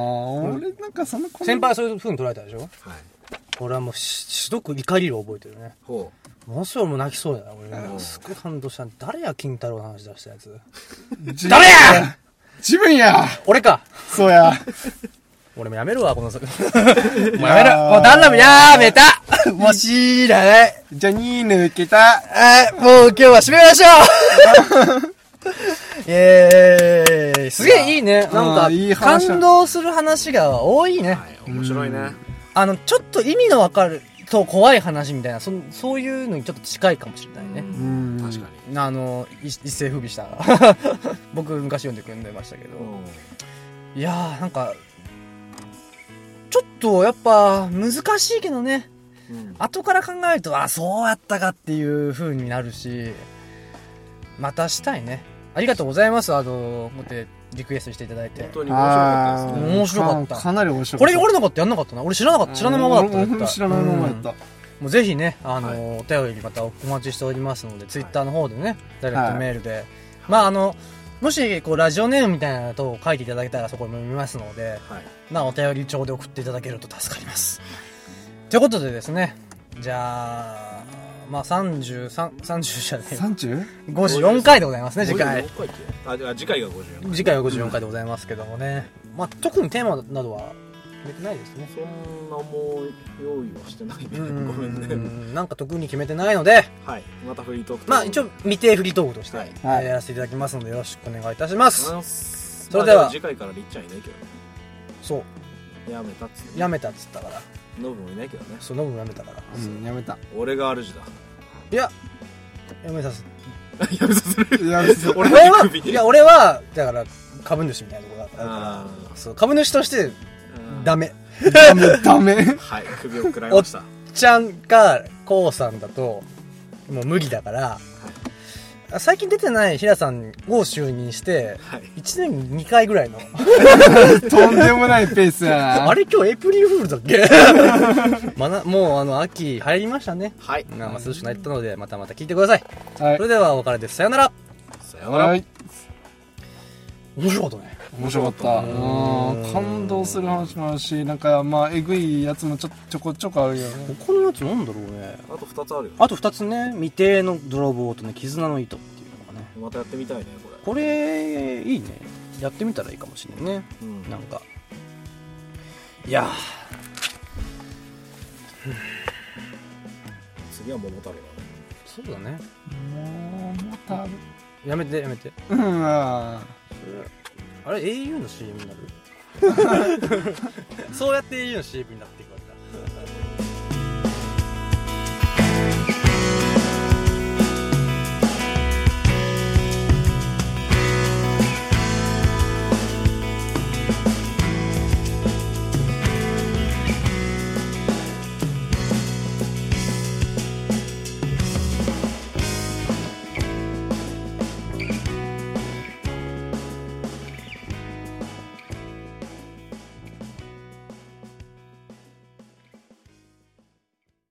俺なんかそんな先輩はそういう風に捉えたでしょ。はい。俺はもうすごく怒りを覚えてるね。ほう。ものすごいもう泣きそうだな俺ね。すごい感動した。誰や金太郎の話出したやつ。誰や自分や俺か。 そうや。 俺もやめるわ、この作。もうやめる。もう旦那もやめたもう知らない。 じゃあに抜けた。 あもう今日は締めましょうイエーイすげえいいね。なんか、いい感動する話が多いね。はい、 面白いね。 あの、ちょっと意味のわかると怖い話みたいな、そそういうのにちょっと近いかもしれないね。 うん。確かに。 あの、一世風靡した。僕昔読んでくんでましたけど。いやー、なんか、ちょっとやっぱ難しいけどね、うん、後から考えるとあそうやったかっていう風になるし、またしたいね。ありがとうございます。あのこうやってリクエストしていただいて本当に面白かったですね。 面白かった。 かなり面白かった。 これ俺なかったやんなかったな。俺知らなかった。知らないままだった。 俺知らないままやった。 もうぜひねあの、はい、お便りまたお待ちしておりますので、ツイッターの方でねダイレクトメールで、はい、まああのもしこうラジオネームみたいなのを書いていただけたらそこにも見ますので、はい、まあお便り帳で送っていただけると助かります。ということでですね、じゃあまあさんじゅうさん、さんじゅうじゃねえさんじゅう? ごじゅうよん 回でございますね、次回。 あ、次回がごじゅうよんかい。 次回がごじゅうよんかいでございますけどもね。まあ特にテーマなどは決めてないですね。 そんなもう用意はしてないね。ごめんね。 なんか特に決めてないので、 はい。またフリートーク。 まあ一応未定フリートークとして、はい、やらせていただきますのでよろしくお願いいたします。それでは、まあ、 次回からりっちゃんいないけどね。 そう。 やめたっつって、ね。 やめたっつったから。 ノブもいないけどね。 そう、ノブもやめたから。 うん、やめた。 俺が主だ。 いや、やめさせやめさせる。 やめさせる。 俺は、いや、俺は、だから、株主みたいなところがあるから、そう、株主として、ダメ。 ダメ、ダメ。 はい、首を食らいました。 おっちゃんか、こうさんだと、もう無理だから、はい、 最近出てない平さんを就任して、はい、いちねんににかいぐらいのとんでもないペースやな。 あれ今日エイプリルフールだっけまなもうあの秋入りましたね。はい、まあ、涼しくなったのでまたまた聞いてください、はい、それではお別れです。さよなら。 さよなら、はい、 面白かったね。 面白かった。うん感動する話もあるし、なんかまあえぐいやつもちょちょこちょこあるよね。 他のやつなんだろうね。 あとふたつあるよ、ね、 あとふたつね。未定の泥棒とね絆の糸っていうのがね。 またやってみたいねこれ。 これいいね。やってみたらいいかもしれないね、うん、なんかいや次は桃太郎だね。 そうだね。 桃太郎やめてやめて。 うんああれ エーユー の シーエム になるそうやって エーユー の シーエム になっていく。